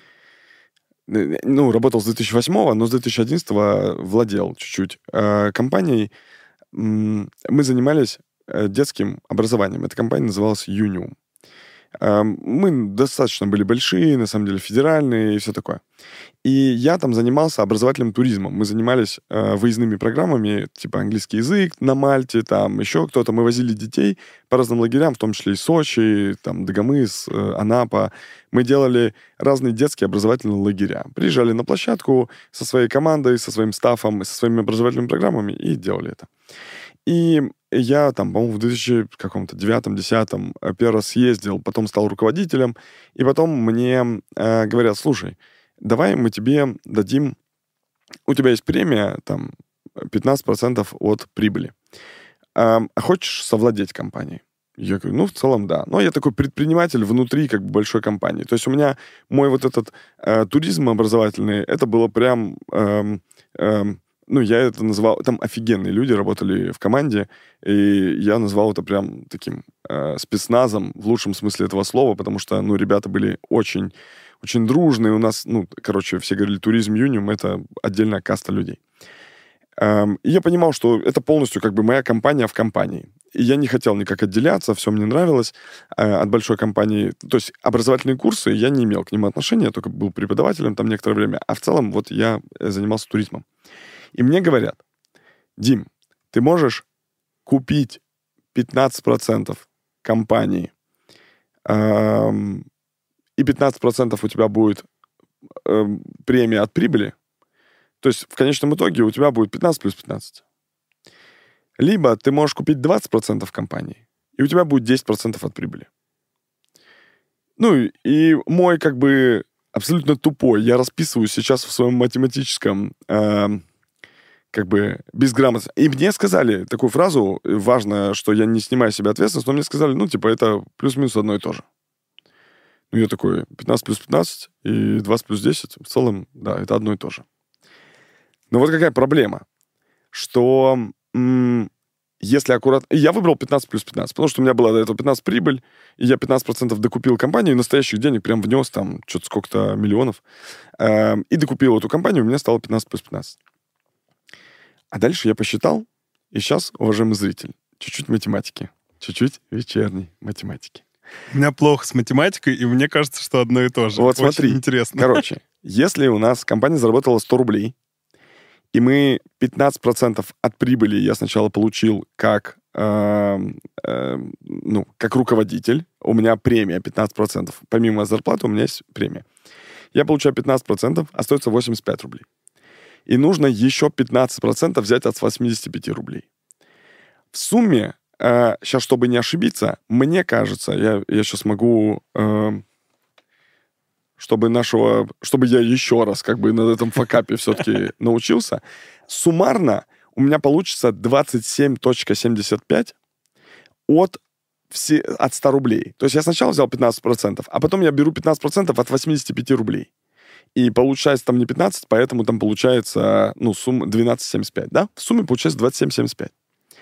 ну, работал с две тысячи восьмого, но с две тысячи одиннадцатого владел чуть-чуть э, компанией. Мы занимались детским образованием. Эта компания называлась Юниум. Мы достаточно были большие, на самом деле федеральные и все такое. И я там занимался образовательным туризмом. Мы занимались э, выездными программами, типа английский язык на Мальте, там еще кто-то. Мы возили детей по разным лагерям, в том числе и Сочи, там Дагомыс, э, Анапа. Мы делали разные детские образовательные лагеря. Приезжали на площадку со своей командой, со своим стафом, со своими образовательными программами и делали это. И я там, по-моему, в две тысячи девятом-десятом первый раз съездил, потом стал руководителем, и потом мне э, говорят, слушай, давай мы тебе дадим, у тебя есть премия, там, пятнадцать процентов от прибыли, а, а хочешь совладеть компанией? Я говорю, ну, в целом, да. Но я такой предприниматель внутри как бы большой компании. То есть у меня мой вот этот э, туризм образовательный, это было прям... Э, э, Ну, я это называл... Там офигенные люди работали в команде, и я назвал это прям таким э, спецназом в лучшем смысле этого слова, потому что, ну, ребята были очень, очень дружные. У нас, ну, короче, все говорили, туризм Юниум — это отдельная каста людей. Эм, и я понимал, что это полностью как бы моя компания в компании. И я не хотел никак отделяться, все мне нравилось э, от большой компании. То есть образовательные курсы, я не имел к ним отношения, я только был преподавателем там некоторое время. А в целом вот я занимался туризмом. И мне говорят, Дим, ты можешь купить пятнадцать процентов компании, эм, и пятнадцать процентов у тебя будет эм, премия от прибыли. То есть в конечном итоге у тебя будет пятнадцать плюс пятнадцать. Либо ты можешь купить двадцать процентов компании, и у тебя будет десять процентов от прибыли. Ну, и мой как бы абсолютно тупой, я расписываю сейчас в своем математическом... Эм, как бы безграмотно. И мне сказали такую фразу, важно, что я не снимаю с себя ответственность, но мне сказали, ну, типа, это плюс-минус одно и то же. Ну, я такой, пятнадцать плюс пятнадцать и двадцать плюс десять, в целом, да, это одно и то же. Но вот какая проблема, что м- если аккуратно... Я выбрал пятнадцать плюс пятнадцать, потому что у меня была до этого пятнадцать прибыль, и я пятнадцать процентов докупил компанию, и настоящих денег прям внес там что-то сколько-то миллионов, э, и докупил эту компанию, у меня стало пятнадцать плюс пятнадцать. А дальше я посчитал, и сейчас, уважаемый зритель, чуть-чуть математики, чуть-чуть вечерней математики. У меня плохо с математикой, и мне кажется, что одно и то же. Вот Очень смотри, интересно. Короче, если у нас компания заработала сто рублей, и мы пятнадцать процентов от прибыли я сначала получил как, э, э, ну, как руководитель. У меня премия пятнадцать процентов. Помимо зарплаты у меня есть премия. Я получаю пятнадцать процентов, остается восемьдесят пять рублей. И нужно еще пятнадцать процентов взять от восемьдесят пять рублей. В сумме, э, сейчас, чтобы не ошибиться, мне кажется, я, я сейчас могу... Э, чтобы нашего, чтобы я еще раз как бы на этом факапе все-таки научился, суммарно у меня получится двадцать семь целых семьдесят пять от, все, от ста рублей. То есть я сначала взял пятнадцать процентов, а потом я беру пятнадцать процентов от восемьдесят пять рублей. И получается там не пятнадцать, поэтому там получается, ну, сумма двенадцать целых семьдесят пять, да? В сумме получается двадцать семь целых семьдесят пять.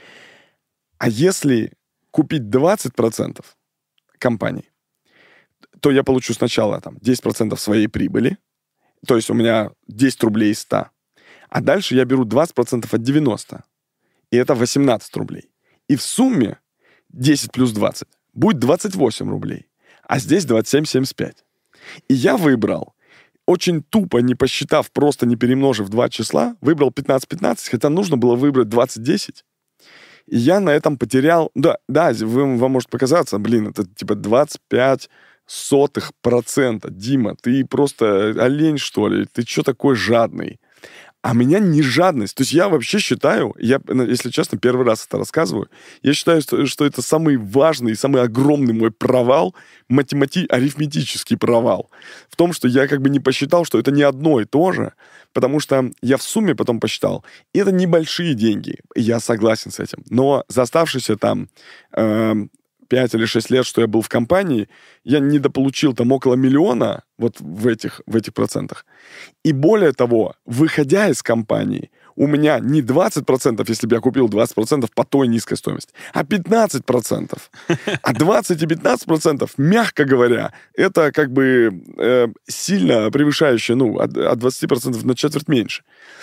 А если купить двадцать процентов компаний, то я получу сначала там десять процентов своей прибыли, то есть у меня десять рублей из ста, а дальше я беру двадцать процентов от девяноста, и это восемнадцать рублей. И в сумме десять плюс двадцать будет двадцать восемь рублей, а здесь двадцать семь целых семьдесят пять. И я выбрал, очень тупо, не посчитав, просто не перемножив два числа, выбрал пятнадцать пятнадцать, хотя нужно было выбрать двадцать десять. И я на этом потерял... Да, да, вы, вам может показаться, блин, это типа двадцать пять сотых процента. Дима, ты просто олень, что ли? Ты что такой жадный? А меня не жадность. То есть я вообще считаю, я, если честно, первый раз это рассказываю, я считаю, что, что это самый важный, самый огромный мой провал, математи... арифметический провал. В том, что я как бы не посчитал, что это не одно и то же, потому что я в сумме потом посчитал, и это небольшие деньги. Я согласен с этим. Но за оставшиеся там... Э, пять или шесть лет, что я был в компании, я недополучил там около миллиона вот в этих, в этих процентах. И более того, выходя из компании, у меня не двадцать процентов, если бы я купил двадцать процентов по той низкой стоимости, а пятнадцать процентов. А двадцать и пятнадцать процентов, мягко говоря, это как бы э, сильно превышающее, ну, от, от двадцати процентов на четверть меньше.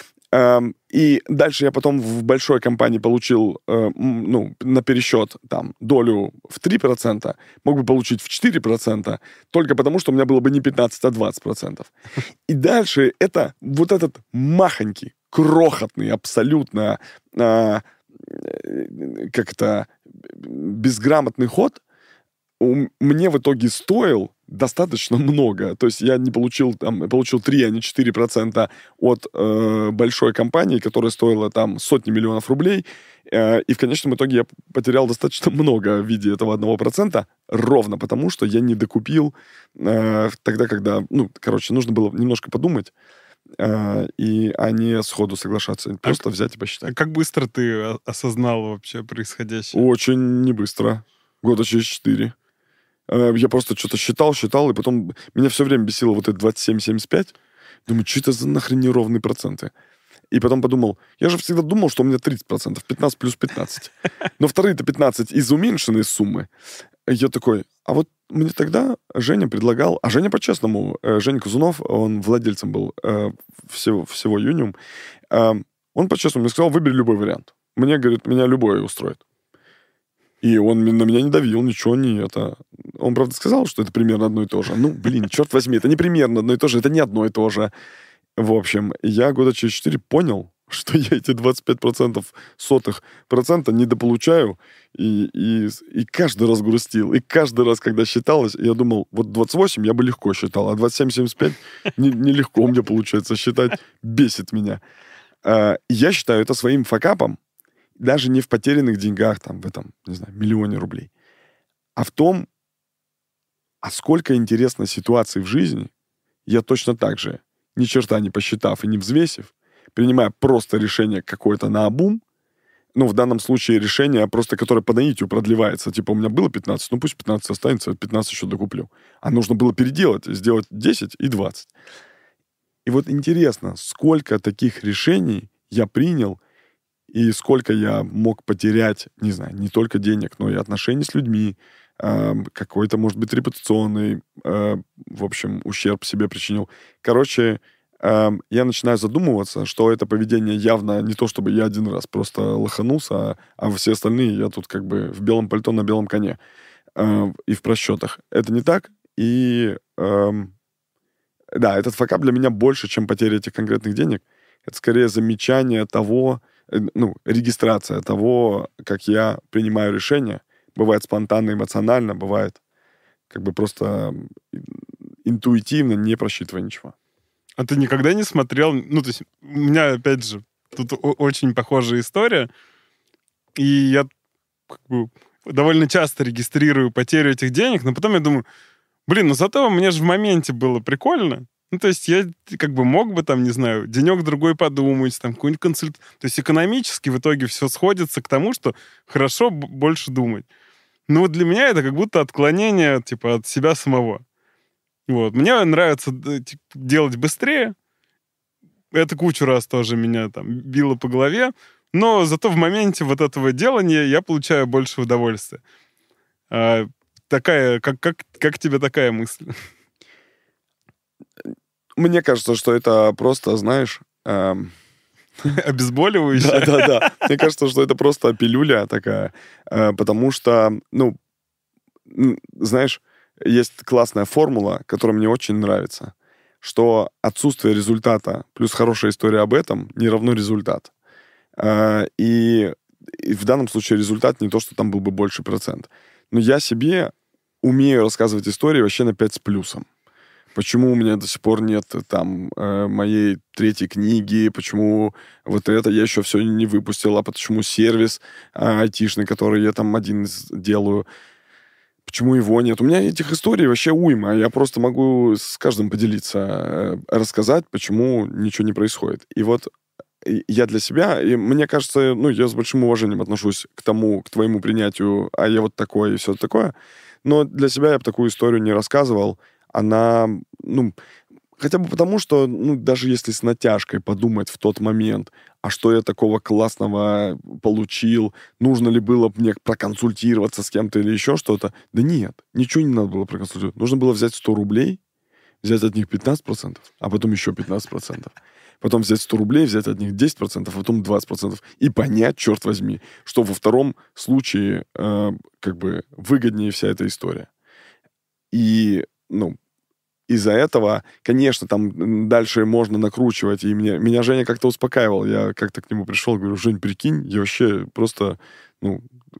И дальше я потом в большой компании получил, ну, на пересчет там долю в три процента, мог бы получить в четыре процента, только потому, что у меня было бы не пятнадцать, а двадцать процентов. И дальше это вот этот махонький, крохотный, абсолютно, а, как-то безграмотный ход мне в итоге стоил достаточно много. То есть я не получил, там, получил три, а не четыре процента от э, большой компании, которая стоила там сотни миллионов рублей. Э, и в конечном итоге я потерял достаточно много в виде этого одного процента, ровно потому, что я не докупил э, тогда, когда... Ну, короче, нужно было немножко подумать, э, и, а не сходу соглашаться. Просто а взять и посчитать. А как быстро ты осознал вообще происходящее? Очень не быстро. Года через четыре. Я просто что-то считал, считал, и потом меня все время бесило вот это двадцать семь семьдесят пять. Думаю, что это за нахрен неровные проценты? И потом подумал, я же всегда думал, что у меня тридцать процентов, пятнадцать плюс пятнадцать. Но вторые-то пятнадцать из уменьшенной суммы. И я такой, а вот мне тогда Женя предлагал, а Женя по-честному, Женя Казунов, он владельцем был э, всего, всего Юниум, э, он по-честному мне сказал, выбери любой вариант. Мне, говорит, меня любой устроит. И он на меня не давил, ничего не это. Он, правда, сказал, что это примерно одно и то же. Ну, блин, черт возьми, это не примерно одно и то же, это не одно и то же. В общем, я года через четыре понял, что я эти двадцать пять процентов сотых процента недополучаю, и, и, и каждый раз грустил. И каждый раз, когда считалось, я думал, вот двадцать восемь я бы легко считал, а двадцать семь семьдесят пять нелегко не, не мне получается считать, бесит меня. А, я считаю это своим факапом, даже не в потерянных деньгах, там, в этом, не знаю, миллионе рублей, а в том, а сколько интересной ситуаций в жизни я точно так же, ни черта не посчитав и не взвесив, принимая просто решение какое-то наобум, ну, в данном случае решение просто, которое по наитию продлевается. Типа, у меня было пятнадцать, ну, пусть пятнадцать останется, пятнадцать еще докуплю. А нужно было переделать, сделать десять и двадцать. И вот интересно, сколько таких решений я принял, и сколько я мог потерять, не знаю, не только денег, но и отношений с людьми, э, какой-то, может быть, репутационный, э, в общем, ущерб себе причинил. Короче, э, я начинаю задумываться, что это поведение явно не то, чтобы я один раз просто лоханулся, а, а все остальные я тут как бы в белом пальто на белом коне э, и в просчетах. Это не так, и... Э, да, этот факап для меня больше, чем потеря этих конкретных денег. Это скорее замечание того, ну, регистрация того, как я принимаю решения. Бывает спонтанно, эмоционально, бывает как бы просто интуитивно, не просчитывая ничего. А ты никогда не смотрел... Ну, то есть у меня, опять же, тут очень похожая история, и я как бы довольно часто регистрирую потерю этих денег, но потом я думаю, блин, ну зато мне же в моменте было прикольно. Ну, то есть я как бы мог бы там, не знаю, денек-другой подумать, там, какой-нибудь консульт... То есть экономически в итоге все сходится к тому, что хорошо б- больше думать. Но вот для меня это как будто отклонение, типа, от себя самого. Вот. Мне нравится делать быстрее. Это кучу раз тоже меня там било по голове. Но зато в моменте вот этого делания я получаю больше удовольствия. А, такая, как, как, как тебе такая мысль? Мне кажется, что это просто, знаешь... Эм... Обезболивающее? Да-да-да. Мне кажется, что это просто пилюля такая. Э, потому что, ну, знаешь, есть классная формула, которая мне очень нравится, что отсутствие результата плюс хорошая история об этом не равно результат. Э, и, и в данном случае результат не то, что там был бы больше процент. Но я себе умею рассказывать истории вообще на пять с плюсом. Почему у меня до сих пор нет там э, моей третьей книги, почему вот это я еще все не выпустил, а почему сервис э, айтишный, который я там один из делаю, почему его нет. У меня этих историй вообще уйма. Я просто могу с каждым поделиться, э, рассказать, почему ничего не происходит. И вот я для себя, и мне кажется, ну, я с большим уважением отношусь к тому, к твоему принятию, а я вот такой и все такое. Но для себя я бы такую историю не рассказывал. Она, ну, хотя бы потому, что, ну, даже если с натяжкой подумать в тот момент, а что я такого классного получил, нужно ли было мне проконсультироваться с кем-то или еще что-то, да нет, ничего не надо было проконсультировать. Нужно было взять сто рублей, взять от них пятнадцать процентов, а потом еще пятнадцать процентов. Потом взять сто рублей, взять от них десять процентов, а потом двадцать процентов. И понять, черт возьми, что во втором случае э, как бы выгоднее вся эта история. И, ну, из-за этого, конечно, там дальше можно накручивать. И мне, меня Женя как-то успокаивал. Я как-то к нему пришел, говорю, Жень, прикинь, я вообще просто, ну,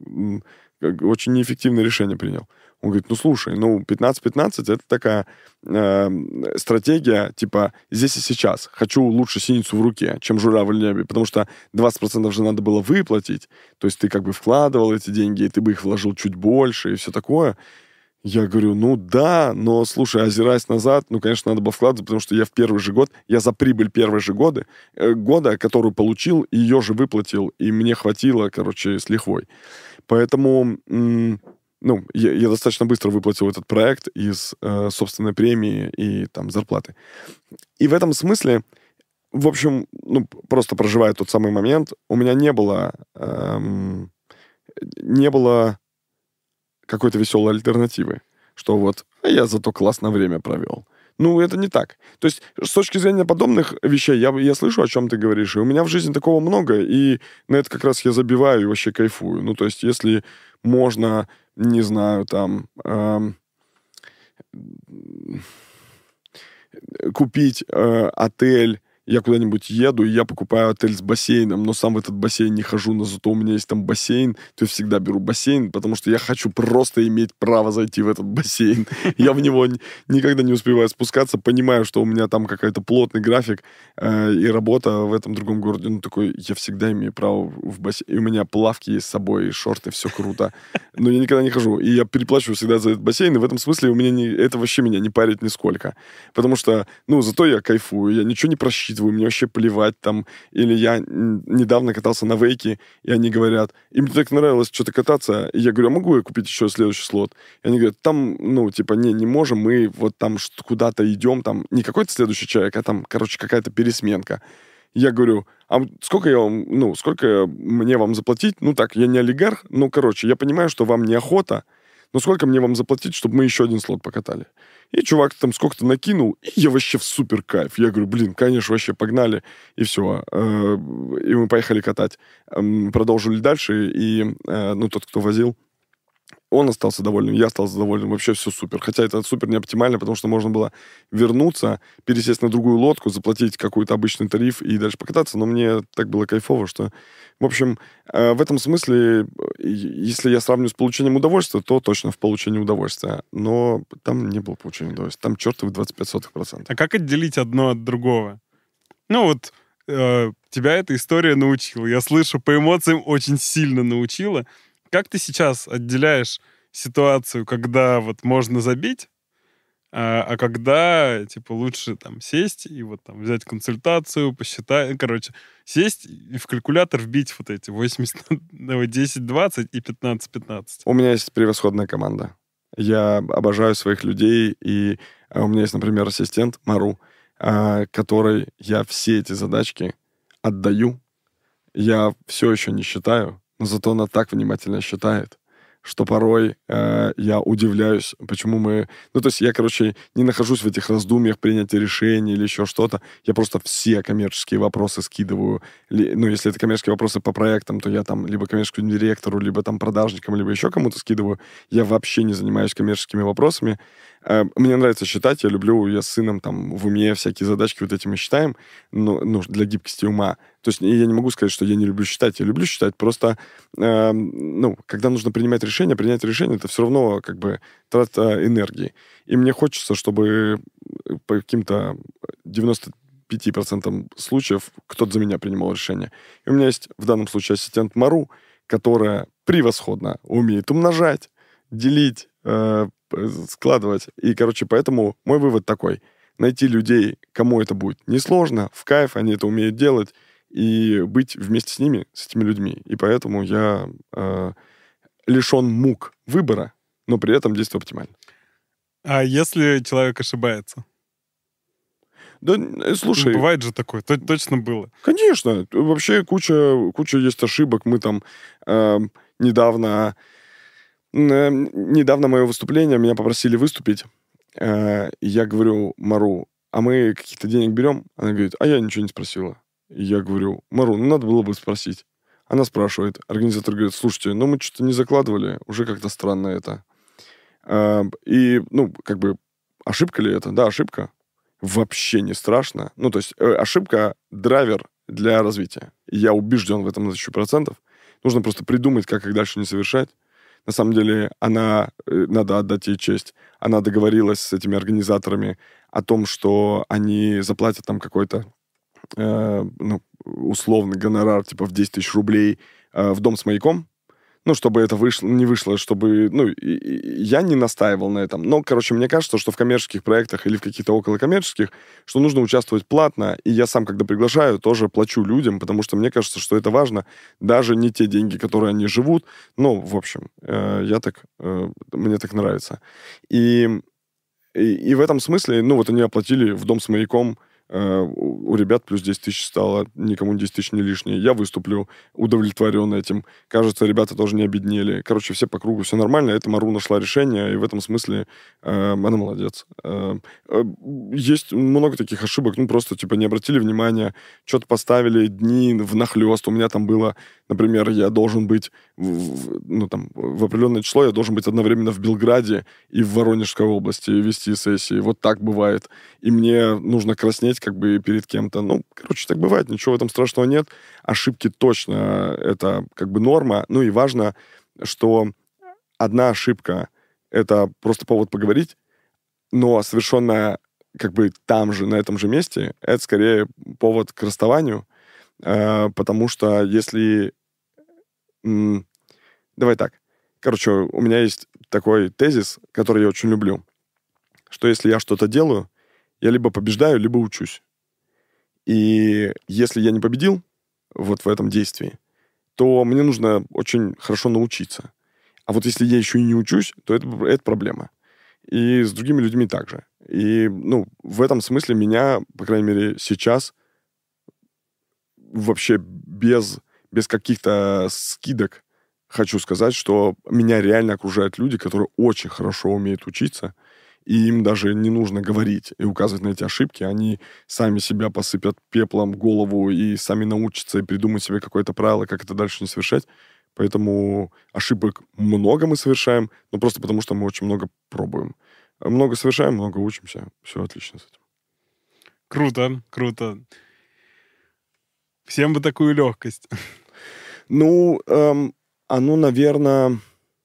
очень неэффективное решение принял. Он говорит, ну, слушай, ну, пятнадцать-пятнадцать это такая э, стратегия, типа, здесь и сейчас. Хочу лучше синицу в руке, чем журавль в небе, потому что двадцать процентов же надо было выплатить. То есть ты как бы вкладывал эти деньги, и ты бы их вложил чуть больше, и все такое. Я говорю, ну да, но, слушай, озираясь назад, ну, конечно, надо было вкладывать, потому что я в первый же год, я за прибыль первой же года, э, года, которую получил, ее же выплатил, и мне хватило, короче, с лихвой. Поэтому, м- ну, я, я достаточно быстро выплатил этот проект из э, собственной премии и там зарплаты. И в этом смысле, в общем, ну, просто проживая тот самый момент, у меня не было, эм, не было какой-то веселой альтернативы, что вот а я зато классное время провел. Ну, это не так. То есть, с точки зрения подобных вещей, я, я слышу, о чем ты говоришь, и у меня в жизни такого много, и на это как раз я забиваю и вообще кайфую. Ну, то есть, если можно, не знаю, там... Эм, купить э, отель, я куда-нибудь еду, и я покупаю отель с бассейном, но сам в этот бассейн не хожу, но зато у меня есть там бассейн, то я всегда беру бассейн, потому что я хочу просто иметь право зайти в этот бассейн. Я в него никогда не успеваю спускаться, понимаю, что у меня там какой-то плотный график э, и работа в этом другом городе. Ну, такой, я всегда имею право в бассейн. И у меня плавки есть с собой, и шорты, все круто. Но я никогда не хожу. И я переплачиваю всегда за этот бассейн, и в этом смысле у меня не, это вообще меня не парит нисколько. Потому что, ну, зато я кайфую, я ничего не просчитываю, мне вообще плевать там. Или я недавно катался на вейке, и они говорят, им так нравилось что-то кататься, и я говорю, а могу я купить еще следующий слот? И они говорят, там, ну, типа, не, не можем, мы вот там куда-то идем, там, не какой-то следующий человек, а там, короче, какая-то пересменка. Я говорю, а сколько я вам, ну, сколько мне вам заплатить? Ну так, я не олигарх, но, короче, я понимаю, что вам неохота, но сколько мне вам заплатить, чтобы мы еще один слот покатали? И чувак там сколько-то накинул, и я вообще в супер кайф. Я говорю, блин, конечно, вообще погнали. И все. И мы поехали катать. Продолжили дальше, и, ну, тот, кто возил, он остался довольным, я остался довольным, вообще все супер. Хотя это супер не оптимально, потому что можно было вернуться, пересесть на другую лодку, заплатить какой-то обычный тариф и дальше покататься, но мне так было кайфово, что... В общем, в этом смысле, если я сравню с получением удовольствия, то точно в получении удовольствия. Но там не было получения удовольствия. Там чертовы двадцать пять сотых процента. А как отделить одно от другого? Ну вот, э, тебя эта история научила. Я слышу, по эмоциям очень сильно научила. Как ты сейчас отделяешь ситуацию, когда вот можно забить, а, а когда, типа, лучше там сесть и вот там взять консультацию, посчитать, короче, сесть и в калькулятор вбить вот эти восемьдесят, десять двадцать и пятнадцать пятнадцать? У меня есть превосходная команда. Я обожаю своих людей, и у меня есть, например, ассистент Мару, которой я все эти задачки отдаю. Я все еще не считаю, но зато она так внимательно считает, что порой э, я удивляюсь, почему мы... Ну, то есть я, короче, не нахожусь в этих раздумьях принятия решений или еще что-то. Я просто все коммерческие вопросы скидываю. Ли, ну, если это коммерческие вопросы по проектам, то я там либо коммерческому директору, либо там продажникам, либо еще кому-то скидываю. Я вообще не занимаюсь коммерческими вопросами. Э, мне нравится считать, я люблю, я с сыном там в уме всякие задачки вот этими считаем, но, ну, для гибкости ума. То есть я не могу сказать, что я не люблю считать. Я люблю считать, просто, э, ну, когда нужно принимать решение, принять решение, это все равно как бы трата энергии. И мне хочется, чтобы по каким-то девяноста пяти процентам случаев кто-то за меня принимал решение. И у меня есть в данном случае ассистент Мару, которая превосходно умеет умножать, делить, э, складывать. И, короче, поэтому мой вывод такой. Найти людей, кому это будет несложно, в кайф, они это умеют делать, и быть вместе с ними, с этими людьми. И поэтому я э, лишен мук выбора, но при этом действую оптимально. А если человек ошибается? Да, слушай... Ну, бывает же такое, то, точно было. Конечно. Вообще куча, куча есть ошибок. Мы там э, недавно... Э, недавно мое выступление, меня попросили выступить. Э, и я говорю Мару, а мы каких-то денег берем? Она говорит, а я ничего не спросила. И я говорю, Мару, ну надо было бы спросить. Она спрашивает. Организатор говорит, слушайте, ну мы что-то не закладывали, уже как-то странно это. А, и, ну, как бы, ошибка ли это? Да, ошибка. Вообще не страшно. Ну, то есть э, ошибка — драйвер для развития. И я убежден в этом на тысячу процентов. Нужно просто придумать, как их дальше не совершать. На самом деле, она, э, надо отдать ей честь, она договорилась с этими организаторами о том, что они заплатят там какой-то Э, ну, условный гонорар, типа в десять тысяч рублей э, в дом с маяком, ну, чтобы это вышло, не вышло, чтобы... Ну, и, и я не настаивал на этом. Но, короче, мне кажется, что в коммерческих проектах или в каких-то околокоммерческих, что нужно участвовать платно, и я сам, когда приглашаю, тоже плачу людям, потому что мне кажется, что это важно, даже не те деньги, которые они живут. Ну, в общем, э, я так... Э, мне так нравится. И, и, и в этом смысле, ну, вот они оплатили в дом с маяком. У ребят плюс десять тысяч стало, никому десять тысяч не лишние. Я выступлю удовлетворен этим. Кажется, ребята тоже не обеднели. Короче, все по кругу, все нормально. Это Мару нашла решение, и в этом смысле э, она молодец. Э, э, есть много таких ошибок. Ну, просто, типа, не обратили внимания, что-то поставили дни внахлёст. У меня там было, например, я должен быть, в, ну, там, в определенное число я должен быть одновременно в Белграде и в Воронежской области и вести сессии. Вот так бывает. И мне нужно краснеть как бы перед кем-то. Ну, короче, так бывает, ничего в этом страшного нет. Ошибки точно это как бы норма. Ну и важно, что одна ошибка — это просто повод поговорить, но совершенная как бы там же, на этом же месте, это скорее повод к расставанию, э, потому что если... М- давай так. Короче, у меня есть такой тезис, который я очень люблю, что если я что-то делаю, я либо побеждаю, либо учусь. И если я не победил вот в этом действии, то мне нужно очень хорошо научиться. А вот если я еще и не учусь, то это, это проблема. И с другими людьми также. И, ну, в этом смысле меня, по крайней мере, сейчас вообще без, без каких-то скидок хочу сказать, что меня реально окружают люди, которые очень хорошо умеют учиться, и им даже не нужно говорить и указывать на эти ошибки. Они сами себя посыпят пеплом в голову и сами научатся и придумают себе какое-то правило, как это дальше не совершать. Поэтому ошибок много мы совершаем, но просто потому, что мы очень много пробуем. Много совершаем, много учимся. Все отлично с этим. Круто, круто. Всем бы такую легкость. Ну, эм, оно, наверное...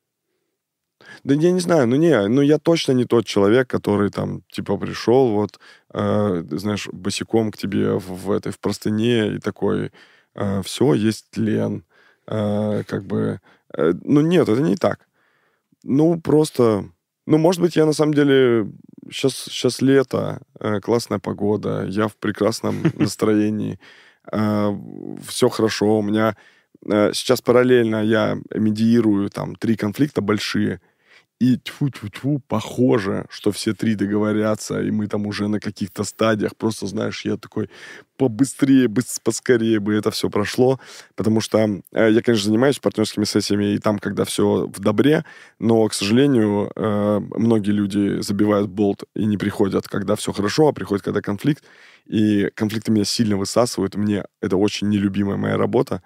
Да я не знаю, ну не, ну я точно не тот человек, который там, типа, пришел вот, э, знаешь, босиком к тебе в, в этой, в простыне и такой, э, все, есть тлен, э, как бы... Э, ну нет, это не так. Ну, просто... Ну, может быть, я на самом деле... Сейчас, сейчас лето, э, классная погода, я в прекрасном настроении, э, все хорошо, у меня... Э, сейчас параллельно я медиирую там три конфликта большие, и тьфу-тьфу-тьфу, похоже, что все три договорятся, и мы там уже на каких-то стадиях. Просто, знаешь, я такой, побыстрее, быс- поскорее бы это все прошло. Потому что э, я, конечно, занимаюсь партнерскими сессиями, и там, когда все в добре, но, к сожалению, э, многие люди забивают болт и не приходят, когда все хорошо, а приходят, когда конфликт. И конфликты меня сильно высасывают. Мне это очень нелюбимая моя работа.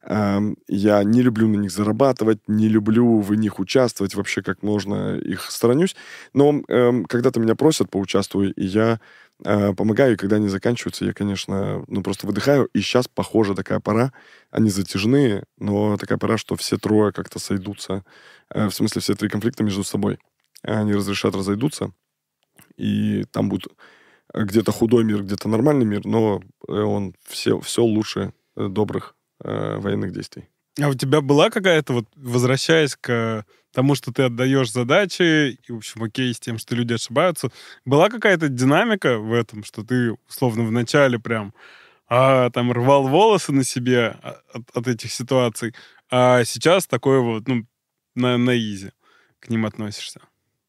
Я не люблю на них зарабатывать, не люблю в них участвовать, вообще как можно их сторонюсь. Но э, когда-то меня просят поучаствуй, и я э, помогаю, и когда они заканчиваются, я, конечно, ну просто выдыхаю. И сейчас, похоже, такая пора, они затяжные, но такая пора, что все трое как-то сойдутся, э, в смысле все три конфликта между собой. Они разрешат разойдутся, и там будет где-то худой мир, где-то нормальный мир, но он все, все лучше добрых военных действий. А у тебя была какая-то, вот возвращаясь к тому, что ты отдаешь задачи, и, в общем, окей с тем, что люди ошибаются, была какая-то динамика в этом, что ты, условно, в начале прям а, там рвал волосы на себе от, от этих ситуаций, а сейчас такое вот, ну, на, на изи к ним относишься?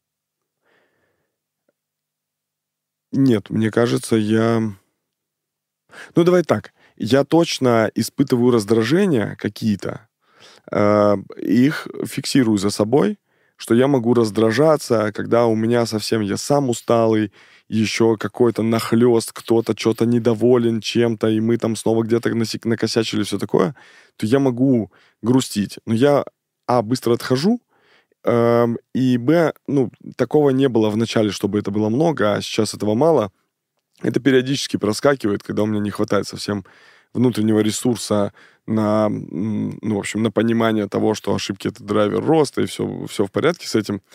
Нет, мне кажется, я... Ну, давай так. Я точно испытываю раздражения какие-то, э, их фиксирую за собой, что я могу раздражаться, когда у меня совсем я сам усталый, еще какой-то нахлест, кто-то что-то недоволен чем-то, и мы там снова где-то накосячили, все такое, то я могу грустить. Но я, а, быстро отхожу, э, и, б, ну, такого не было в начале, чтобы это было много, а сейчас этого мало. Это периодически проскакивает, когда у меня не хватает совсем внутреннего ресурса на, ну, в общем, на понимание того, что ошибки — это драйвер роста, и все, все в порядке с этим.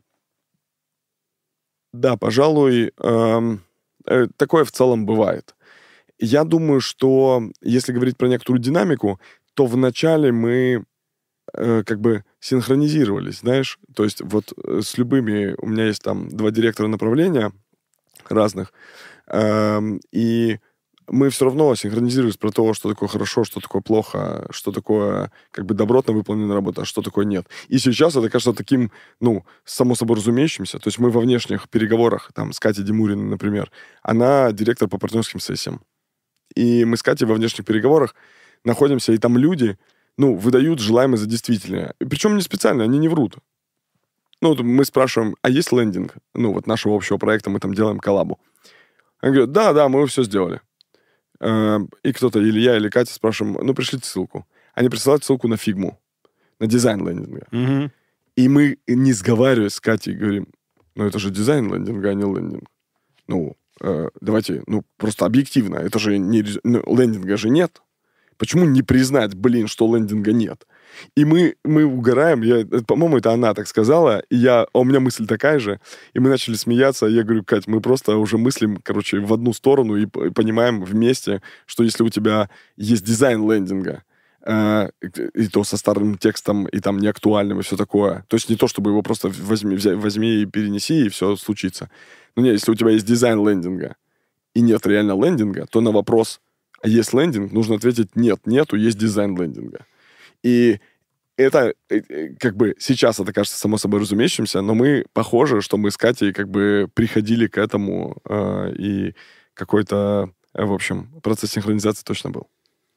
Да, пожалуй, э, э, такое в целом бывает. Я думаю, что если говорить про некоторую динамику, то вначале мы э, как бы синхронизировались, знаешь? То есть вот с любыми... У меня есть там два директора направления разных, и мы все равно синхронизировались про то, что такое хорошо, что такое плохо, что такое как бы добротно выполненная работа, а что такое нет. И сейчас это кажется таким, ну, само собой разумеющимся. То есть мы во внешних переговорах, там, с Катей Демуриной, например, она директор по партнерским сессиям. И мы с Катей во внешних переговорах находимся, и там люди, ну, выдают желаемое за действительное. И причем не специально, они не врут. Ну, вот мы спрашиваем, а есть лендинг? Ну, вот нашего общего проекта, мы там делаем коллабу. Они говорят, да, да, мы все сделали. И кто-то, или я, или Катя спрашиваем, ну, пришлите ссылку. Они присылают ссылку на фигму, на дизайн лендинга. Угу. И мы, не сговариваясь с Катей, говорим, ну, это же дизайн лендинга, а не лендинг. Ну, э, давайте, ну, просто объективно, это же не... Ну, лендинга же нет. Почему не признать, блин, что лендинга нет? И мы, мы угораем, я, по-моему, это она так сказала, и я, а у меня мысль такая же, и мы начали смеяться, и я говорю, Кать, мы просто уже мыслим, короче, в одну сторону и, и понимаем вместе, что если у тебя есть дизайн лендинга, э, и то со старым текстом, и там неактуальным, и все такое, то есть не то, чтобы его просто возьми, взять, возьми и перенеси, и все случится. Но нет, если у тебя есть дизайн лендинга, и нет реально лендинга, то на вопрос, а есть лендинг, нужно ответить, нет, нету, есть дизайн лендинга. И это как бы сейчас это кажется само собой разумеющимся, но мы похожи, что мы с Катей как бы приходили к этому, э, и какой-то, в общем, процесс синхронизации точно был.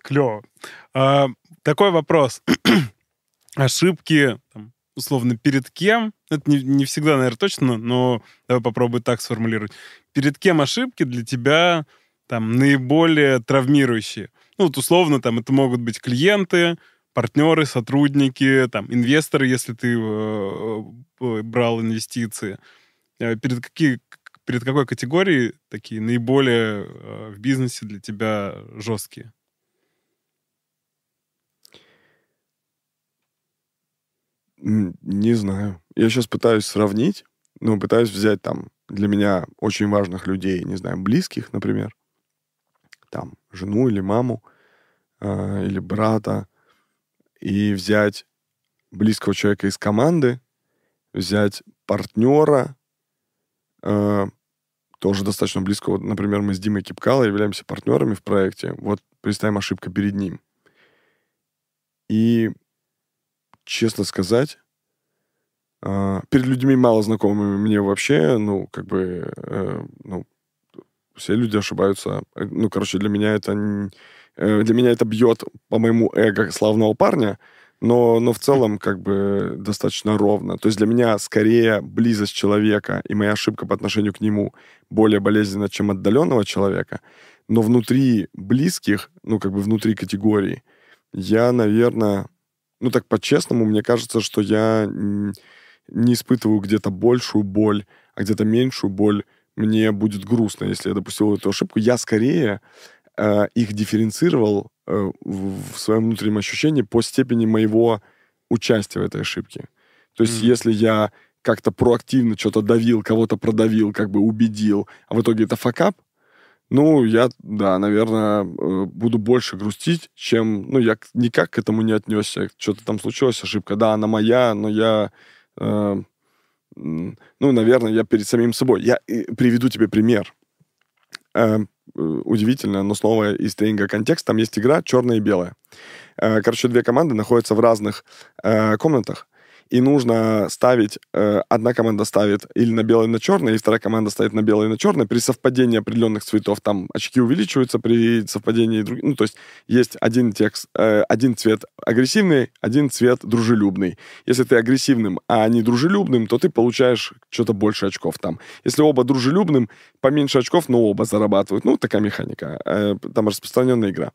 Клево. А, такой вопрос. Ошибки, там, условно, перед кем? Это не, не всегда, наверное, точно, но давай попробуй так сформулировать. Перед кем ошибки для тебя там наиболее травмирующие? Ну, вот условно, там, это могут быть клиенты, партнеры, сотрудники, там, инвесторы, если ты э, э, брал инвестиции. Перед, какие, перед какой категорией такие наиболее э, в бизнесе для тебя жесткие? Не знаю. Я сейчас пытаюсь сравнить, но пытаюсь взять там для меня очень важных людей, не знаю, близких, например, там, жену или маму, э, или брата, и взять близкого человека из команды, взять партнера, э, тоже достаточно близкого. Например, мы с Димой Кипкало являемся партнерами в проекте. Вот представим, ошибка перед ним. И, честно сказать, э, перед людьми мало знакомыми мне вообще, ну, как бы, э, ну, все люди ошибаются. Ну, короче, для меня это... Э, для меня это бьет по моему эго славного парня, но, но в целом как бы достаточно ровно. То есть для меня скорее близость человека и моя ошибка по отношению к нему более болезненна, чем отдаленного человека. Но внутри близких, ну как бы внутри категории, я, наверное, ну так по-честному, мне кажется, что я не испытываю где-то большую боль, а где-то меньшую боль. Мне будет грустно, если я допустил эту ошибку. Я скорее э, их дифференцировал э, в, в своем внутреннем ощущении по степени моего участия в этой ошибке. То есть, mm-hmm. если я как-то проактивно что-то давил, кого-то продавил, как бы убедил, а в итоге это факап, ну, я, да, наверное, буду больше грустить, чем... Ну, я никак к этому не отнесся. Что-то там случилось, ошибка. Да, она моя, но я... Э, ну, наверное, я перед самим собой. Я приведу тебе пример. Э, удивительно, но снова из тренинга «Контекст». Там есть игра «Черное и белое». Э, короче, две команды находятся в разных э, комнатах. И нужно ставить, э, одна команда ставит или на белое, на черное, и вторая команда ставит на белое, на черное. При совпадении определенных цветов там очки увеличиваются, при совпадении других... Ну, то есть есть один текст, э, один цвет агрессивный, один цвет дружелюбный. Если ты агрессивным, а не дружелюбным, то ты получаешь что-то больше очков там. Если оба дружелюбным, поменьше очков, но оба зарабатывают. Ну, такая механика. Э, там распространенная игра.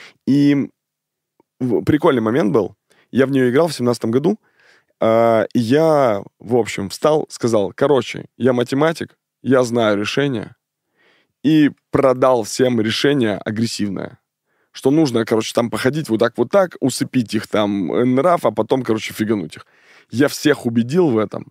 И прикольный момент был. Я в нее играл в семнадцатом году. Uh, я, в общем, встал, сказал, короче, я математик, я знаю решение, и продал всем решение агрессивное. Что нужно, короче, там походить вот так, вот так, усыпить их там нрав, а потом, короче, фигануть их. Я всех убедил в этом,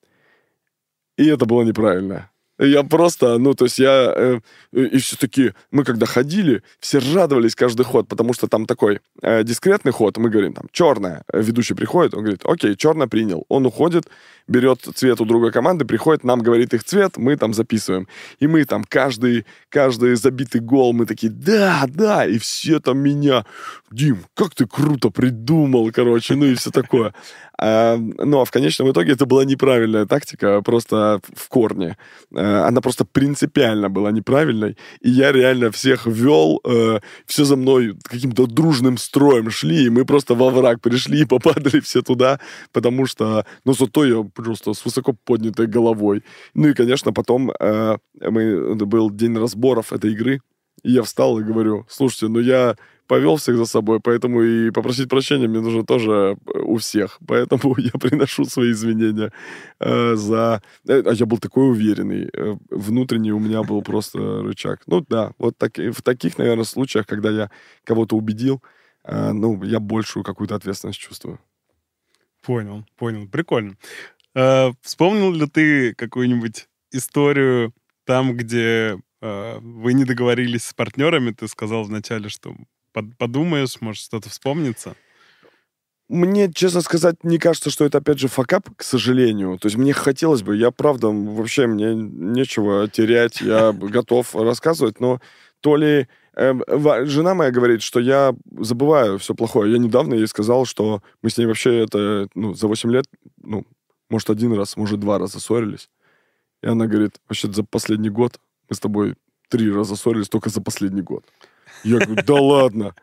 и это было неправильно. Я просто, ну, то есть я... Э, и все таки мы когда ходили, все радовались каждый ход, потому что там такой э, дискретный ход, мы говорим, там, черное, ведущий приходит, он говорит, окей, черное принял. Он уходит, берет цвет у другой команды, приходит, нам говорит их цвет, мы там записываем. И мы там каждый, каждый забитый гол, мы такие, да, да, и все там меня, Дим, как ты круто придумал, короче, ну и все такое. А, ну, а в конечном итоге это была неправильная тактика, просто в корне. Она просто принципиально была неправильной, и я реально всех вел, э, все за мной каким-то дружным строем шли, и мы просто во враг пришли и попадали все туда, потому что, ну, зато я просто с высоко поднятой головой. Ну и, конечно, потом э, мы, был день разборов этой игры, и я встал и говорю, слушайте, ну я повел всех за собой, поэтому и попросить прощения мне нужно тоже у всех. Поэтому я приношу свои извинения э, за... А я был такой уверенный. Э, внутренний у меня был просто рычаг. Ну да, вот так, в таких, наверное, случаях, когда я кого-то убедил, э, ну, я большую какую-то ответственность чувствую. Понял, понял. Прикольно. Э, вспомнил ли ты какую-нибудь историю там, где э, вы не договорились с партнерами? Ты сказал вначале, что подумаешь, может, что-то вспомнится? Мне, честно сказать, не кажется, что это, опять же, факап, к сожалению. То есть мне хотелось бы, я, правда, вообще, мне нечего терять, я готов рассказывать, но то ли... Э, жена моя говорит, что я забываю все плохое. Я недавно ей сказал, что мы с ней вообще это, ну, за восемь лет, ну, может, один раз, может, два раза ссорились. И она говорит, вообще, за последний год мы с тобой три раза ссорились только за последний год. Я говорю, да ладно.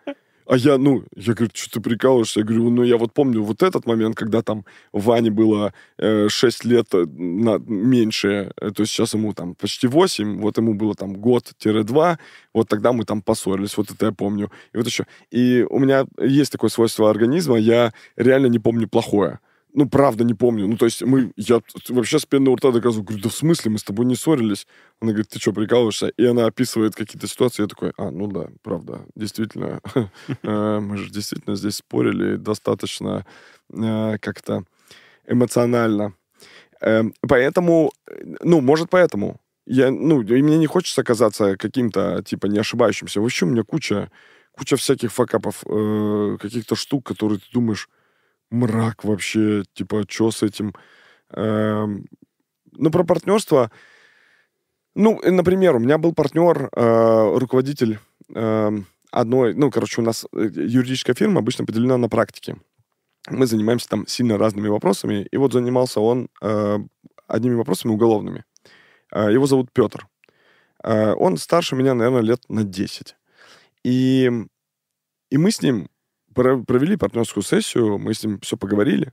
А я, ну, я говорю, что ты прикалываешься? Я говорю, ну, я вот помню вот этот момент, когда там Ване было э, шесть лет э, на, меньше, э, то есть сейчас ему там почти восемь, вот ему было там год-два, вот тогда мы там поссорились, вот это я помню. И вот еще. И у меня есть такое свойство организма, я реально не помню плохое. Ну, правда, не помню. Ну, то есть мы, я вообще с пены у рта доказываю, говорю, да в смысле, мы с тобой не ссорились? Она говорит, ты что, прикалываешься? И она описывает какие-то ситуации, я такой, а, ну да, правда, действительно, мы же действительно здесь спорили достаточно как-то эмоционально. Поэтому, ну, может, поэтому. Я, ну, и мне не хочется казаться каким-то, типа, не ошибающимся. Вообще у меня куча, куча всяких факапов, каких-то штук, которые ты думаешь, мрак вообще, типа, что с этим? Эм, ну, про партнерство. Ну, э, например, у меня был партнер, э, руководитель э, одной, ну, короче, у нас э, юридическая фирма обычно поделена на практики. Мы занимаемся там сильно разными вопросами, и вот занимался он э, одними вопросами уголовными. Э, его зовут Петр. Э, он старше меня, наверное, лет на десять. И, и мы с ним провели партнерскую сессию, мы с ним все поговорили.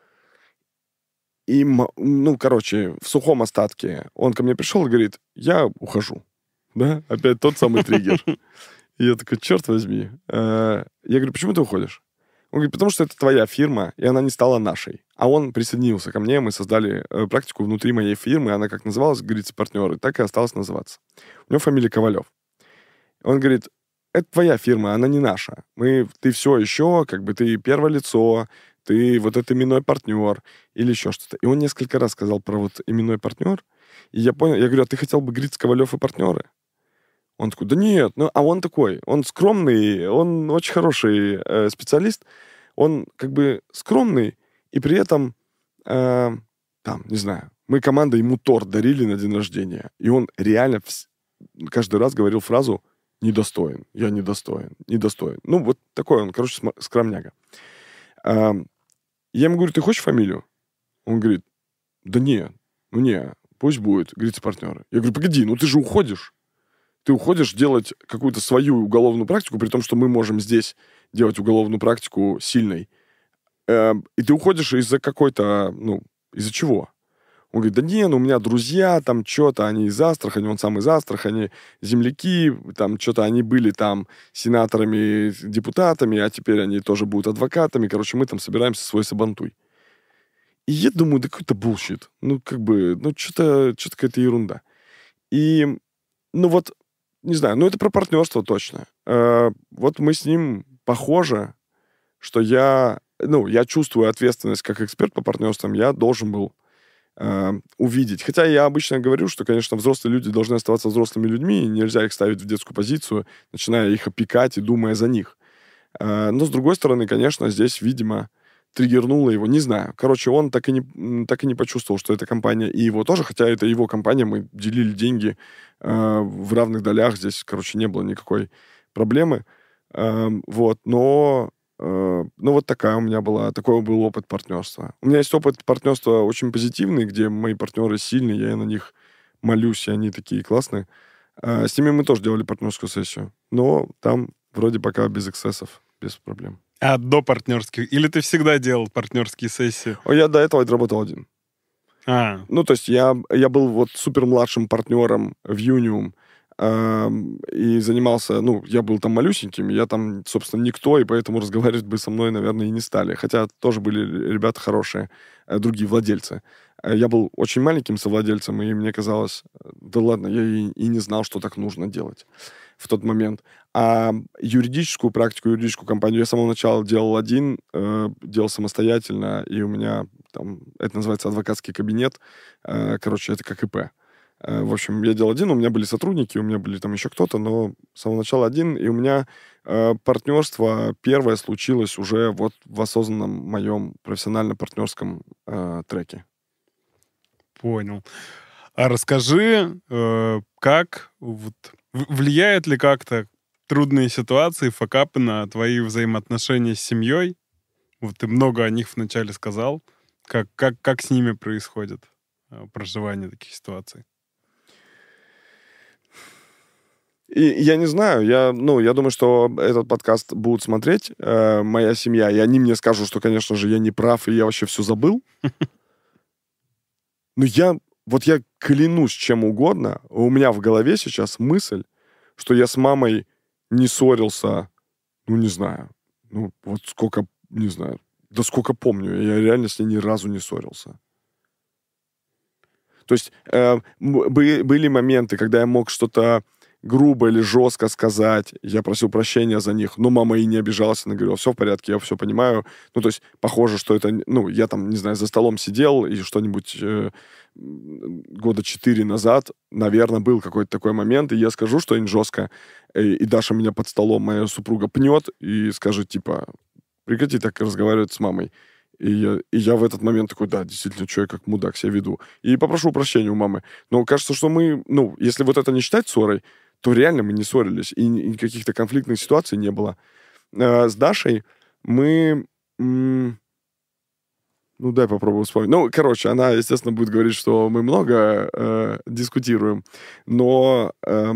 И, ну, короче, в сухом остатке он ко мне пришел и говорит, я ухожу. Да? Опять тот самый триггер. И я такой, черт возьми. Я говорю, почему ты уходишь? Он говорит, потому что это твоя фирма, и она не стала нашей. А он присоединился ко мне, мы создали практику внутри моей фирмы, она как называлась, говорится, партнеры, так и осталась называться. У него фамилия Ковалев. Он говорит, это твоя фирма, она не наша. Мы, ты все еще, как бы ты первое лицо, ты вот этот именной партнер или еще что-то. И он несколько раз сказал про вот именной партнер. И я понял, я говорю, а ты хотел бы говорить Ковалев и партнеры? Он такой, да нет. Ну, а он такой, он скромный, он очень хороший э, специалист. Он как бы скромный, и при этом, э, там, не знаю, мы команда ему торт дарили на день рождения. И он реально вс- каждый раз говорил фразу «недостоин, я недостоин, недостоин». Ну, вот такой он, короче, см- скромняга. А, я ему говорю, ты хочешь фамилию? Он говорит, да не, ну не, пусть будет, говорится, партнеры. Я говорю, погоди, ну ты же уходишь. Ты уходишь делать какую-то свою уголовную практику, при том, что мы можем здесь делать уголовную практику сильной. Э, и ты уходишь из-за какой-то, ну, из-за чего? Он говорит, да не, ну у меня друзья, там что-то, они из Астрахани, он сам из Астрахани, земляки, там что-то они были там сенаторами, депутатами, а теперь они тоже будут адвокатами. Короче, мы там собираемся свой сабантуй. И я думаю, да какой-то булщит. Ну, как бы, ну, что-то, что-то какая-то ерунда. И, ну, вот, не знаю, ну, это про партнерство точно. Э, вот мы с ним похожи, что я, ну, я чувствую ответственность как эксперт по партнерствам, я должен был э, увидеть. Хотя я обычно говорю, что, конечно, взрослые люди должны оставаться взрослыми людьми, и нельзя их ставить в детскую позицию, начиная их опекать и думая за них. Э, но, с другой стороны, конечно, здесь, видимо, триггернуло его, не знаю. Короче, он так и не, так и не почувствовал, что это компания и его тоже, хотя это его компания, мы делили деньги э, в равных долях, здесь, короче, не было никакой проблемы. Э, вот, но, э, ну, вот такая у меня была, такой был опыт партнерства. У меня есть опыт партнерства очень позитивный, где мои партнеры сильные, я на них молюсь, и они такие классные. Э, с ними мы тоже делали партнерскую сессию, но там вроде пока без эксцессов, без проблем. А до партнерских? Или ты всегда делал партнерские сессии? О, я до этого работал один. А. Ну, то есть я, я был вот супер младшим партнером в Юниум э, и занимался, ну, я был там малюсеньким, я там, собственно, никто, и поэтому разговаривать бы со мной, наверное, и не стали. Хотя тоже были ребята хорошие, э, другие владельцы. Я был очень маленьким совладельцем, и мне казалось, да ладно, я и, и не знал, что так нужно делать в тот момент. А юридическую практику, юридическую компанию я с самого начала делал один, э, делал самостоятельно, и у меня там, это называется адвокатский кабинет, э, короче, это как ИП. Э, в общем, я делал один, у меня были сотрудники, у меня были там еще кто-то, но с самого начала один, и у меня э, партнерство первое случилось уже вот в осознанном моем профессионально-партнерском э, треке. Понял. А расскажи, э, как вот влияет ли как-то трудные ситуации, факапы на твои взаимоотношения с семьей? Вот ты много о них вначале сказал. Как, как, как с ними происходит э, проживание таких ситуаций? И я не знаю, я, ну, я думаю, что этот подкаст будут смотреть э, моя семья, и они мне скажут, что, конечно же, я не прав, и я вообще все забыл. Но я, вот я клянусь чем угодно, у меня в голове сейчас мысль, что я с мамой не ссорился, ну, не знаю, ну, вот сколько, не знаю, да сколько помню, я реально с ней ни разу не ссорился. То есть э, бы, были моменты, когда я мог что-то грубо или жестко сказать, я просил прощения за них, но мама и не обижалась, она говорила, все в порядке, я все понимаю. Ну, то есть похоже, что это, ну, я там, не знаю, за столом сидел, и что-нибудь э, года четыре назад, наверное, был какой-то такой момент, и я скажу что-нибудь жестко, и, и Даша меня под столом, моя супруга, пнет и скажет, типа, прекрати так разговаривать с мамой. И я, и я в этот момент такой, да, действительно, что я как мудак себя веду. И попрошу прощения у мамы. Но кажется, что мы, ну, если вот это не считать ссорой, то реально мы не ссорились, и, и каких-то конфликтных ситуаций не было. Э, с Дашей мы... М- ну, дай попробую вспомнить. Ну, короче, она, естественно, будет говорить, что мы много э, дискутируем, но э,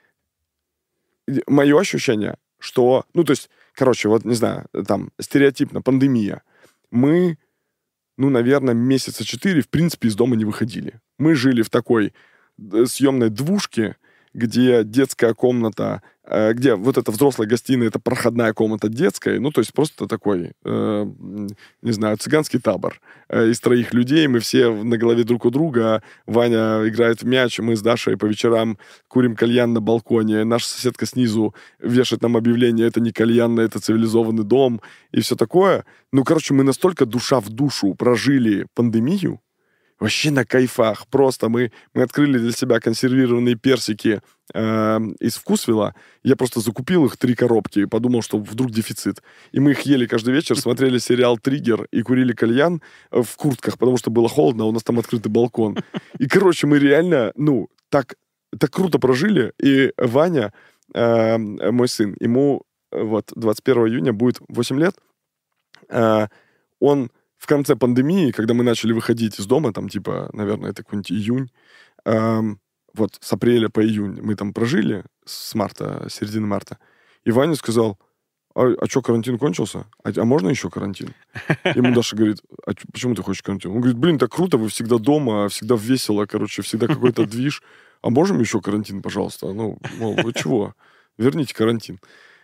мое ощущение, что... Ну, то есть, короче, вот, не знаю, там, стереотипно, пандемия. Мы, ну, наверное, месяца четыре, в принципе, из дома не выходили. Мы жили в такой съемной двушке, где детская комната, э, где вот эта взрослая гостиная, это проходная комната детская, ну, то есть просто такой, э, не знаю, цыганский табор э, из троих людей, мы все на голове друг у друга, Ваня играет в мяч, мы с Дашей по вечерам курим кальян на балконе, наша соседка снизу вешает нам объявление, это не кальянно, это цивилизованный дом, и все такое. Ну, короче, мы настолько душа в душу прожили пандемию, вообще на кайфах. Просто мы, мы открыли для себя консервированные персики э, из Вкусвилла. Я просто закупил их три коробки и подумал, что вдруг дефицит. И мы их ели каждый вечер, смотрели сериал «Триггер» и курили кальян в куртках, потому что было холодно, а у нас там открытый балкон. И, короче, мы реально, ну, так, так круто прожили. И Ваня, э, мой сын, ему вот двадцать первого июня будет восемь лет. Э, он... В конце пандемии, когда мы начали выходить из дома, там, типа, наверное, это какой-нибудь июнь, эм, вот с апреля по июнь мы там прожили, с марта, с середины марта, и Ваня сказал, а, а что, карантин кончился? А, а можно еще карантин? Ему Даша говорит, а ч- почему ты хочешь карантин? Он говорит, блин, так круто, вы всегда дома, всегда весело, короче, всегда какой-то движ. А можем еще карантин, пожалуйста? Ну, мол, вы чего? Верните карантин.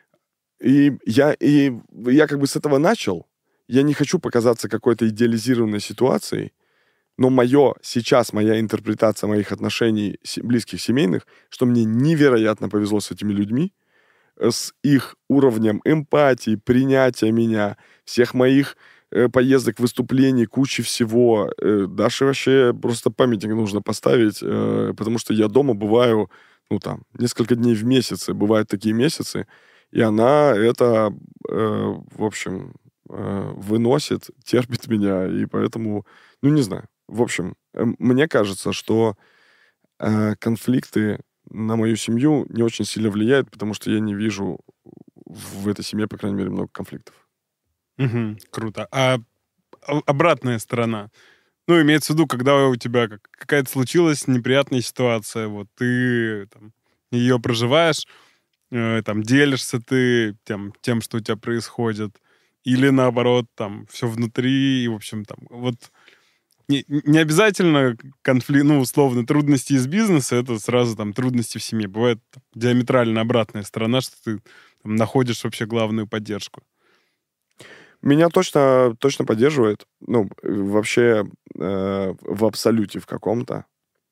И я, и я как бы с этого начал. Я не хочу показаться какой-то идеализированной ситуацией, но мое сейчас, моя интерпретация моих отношений близких, семейных, что мне невероятно повезло с этими людьми, с их уровнем эмпатии, принятия меня, всех моих э, поездок, выступлений, кучи всего. Э, Даше вообще просто памятник нужно поставить, э, потому что я дома бываю, ну там, несколько дней в месяц, бывают такие месяцы, и она это, э, в общем... выносит, терпит меня, и поэтому, ну, не знаю. В общем, мне кажется, что э, конфликты на мою семью не очень сильно влияют, потому что я не вижу в этой семье, по крайней мере, много конфликтов. Угу, круто. А обратная сторона? Ну, имеется в виду, когда у тебя какая-то случилась неприятная ситуация, вот ты там, ее проживаешь, э, там, делишься ты тем, тем, что у тебя происходит, или наоборот, там, все внутри, и, в общем, там, вот не, не обязательно конфликт, ну, условно, трудности из бизнеса, это сразу там трудности в семье. Бывает там, диаметрально обратная сторона, что ты там, находишь вообще главную поддержку. Меня точно, точно поддерживает, ну, вообще э, в абсолюте в каком-то.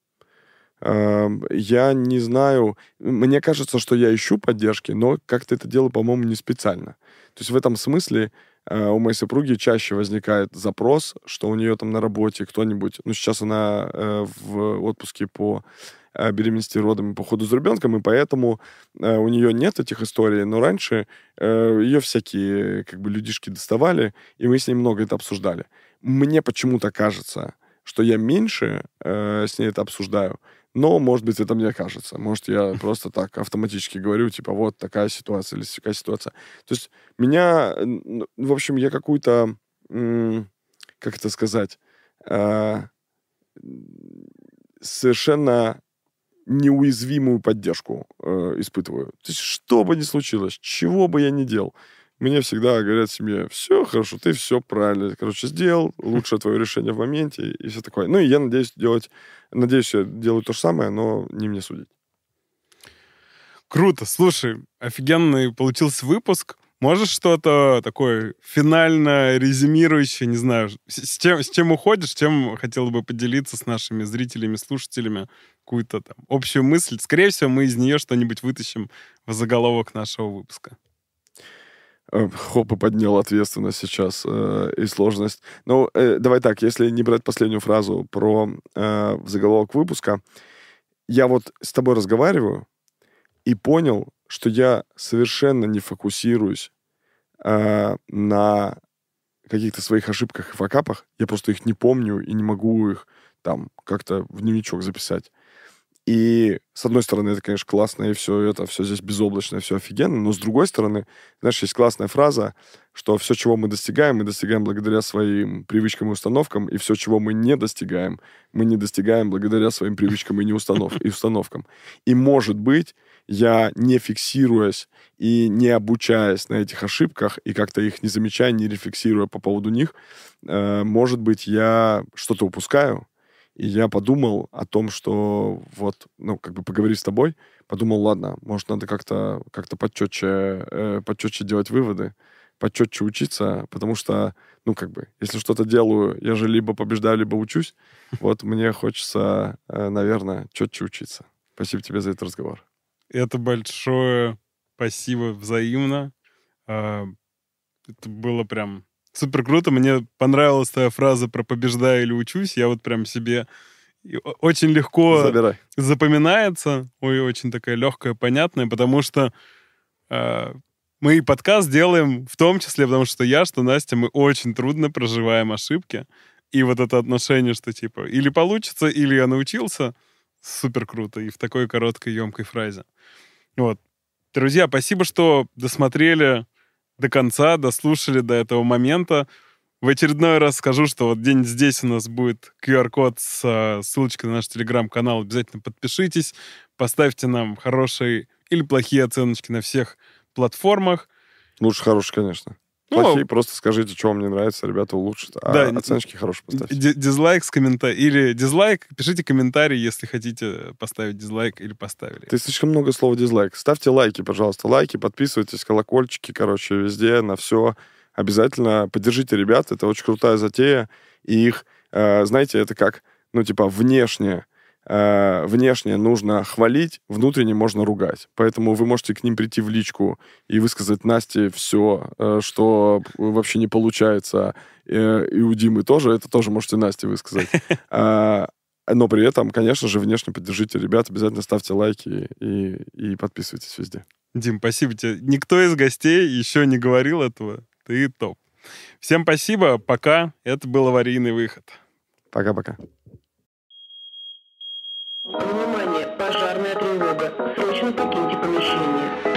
Э, я не знаю, мне кажется, что я ищу поддержки, но как-то это делаю, по-моему, не специально. То есть в этом смысле э, у моей супруги чаще возникает запрос, что у нее там на работе кто-нибудь, ну, сейчас она э, в отпуске по э, беременности, родам и по уходу за ребенком, и поэтому э, у нее нет этих историй, но раньше э, ее всякие как бы людишки доставали, и мы с ней много это обсуждали. Мне почему-то кажется, что я меньше э, с ней это обсуждаю, но, может быть, это мне кажется. Может, я просто так автоматически говорю, типа, вот такая ситуация или такая ситуация. То есть меня, в общем, я какую-то, как это сказать, совершенно неуязвимую поддержку э, испытываю. То есть что бы ни случилось, чего бы я ни делал, мне всегда говорят в семье: все хорошо, ты все правильно, короче, сделал, лучшее твое решение в моменте и все такое. Ну и я надеюсь делать, надеюсь, я делаю то же самое, но не мне судить. Круто. Слушай, офигенный получился выпуск. Можешь что-то такое финально резюмирующее, не знаю, с чем, с чем уходишь, чем хотел бы поделиться с нашими зрителями, слушателями, какую-то там общую мысль? Скорее всего, мы из нее что-нибудь вытащим в заголовок нашего выпуска. Хоп, и поднял ответственность сейчас э, и сложность. Ну, э, давай так, если не брать последнюю фразу про э, заголовок выпуска, я вот с тобой разговариваю и понял, что я совершенно не фокусируюсь э, на каких-то своих ошибках и факапах. Я просто их не помню и не могу их там как-то в дневничок записать. И, с одной стороны, это, конечно, классно, и все это, все здесь безоблачно, все офигенно, но, с другой стороны, знаешь, есть классная фраза, что все, чего мы достигаем, мы достигаем благодаря своим привычкам и установкам, и все, чего мы не достигаем, мы не достигаем благодаря своим привычкам и, не установ... и установкам. И, может быть, я, не фиксируясь и не обучаясь на этих ошибках, и как-то их не замечая, не рефлексируя по поводу них, э, может быть, я что-то упускаю. И я подумал о том, что вот, ну, как бы поговорив с тобой, подумал, ладно, может, надо как-то как-то почетче, э, почетче делать выводы, почетче учиться, потому что, ну, как бы, если что-то делаю, я же либо побеждаю, либо учусь. Вот мне хочется, э, наверное, четче учиться. Спасибо тебе за этот разговор. Это большое спасибо взаимно. Это было прям супер круто. Мне понравилась твоя фраза про «побеждаю или учусь». Я вот прям себе очень легко Забирай. запоминается. Ой, очень такая легкая, понятная, потому что э, мы и подкаст делаем в том числе, потому что я, что Настя, мы очень трудно проживаем ошибки. И вот это отношение, что типа или получится, или я научился, супер круто. И в такой короткой, емкой фразе. Вот. Друзья, спасибо, что досмотрели до конца, дослушали до этого момента. В очередной раз скажу, что вот где-нибудь здесь у нас будет ку ар-код с uh, ссылочкой на наш телеграм-канал. Обязательно подпишитесь, поставьте нам хорошие или плохие оценочки на всех платформах. Лучше хорошие, конечно. Ну, Плохие, просто скажите, что вам не нравится, ребята улучшат. А да, оценочки хорошие поставьте. Д- дизлайк с комментарием. Или дизлайк, пишите комментарий, если хотите поставить дизлайк или поставили. Ты слишком много слова дизлайк. Ставьте лайки, пожалуйста. Лайки, подписывайтесь, колокольчики, короче, везде, на все. Обязательно поддержите ребят. Это очень крутая затея. И их, э, знаете, это как, ну, типа, внешне, э, внешне нужно хвалить, внутренне можно ругать. Поэтому вы можете к ним прийти в личку и высказать Насте все, э, что вообще не получается. Э, и у Димы тоже. Это тоже можете Насте высказать. Но при этом, конечно же, внешне поддержите ребят, обязательно ставьте лайки и, и подписывайтесь везде. Дим, спасибо тебе. Никто из гостей еще не говорил этого. Ты топ. Всем спасибо. Пока. Это был аварийный выход. Пока-пока. Внимание, пожарная тревога. Срочно покиньте помещение.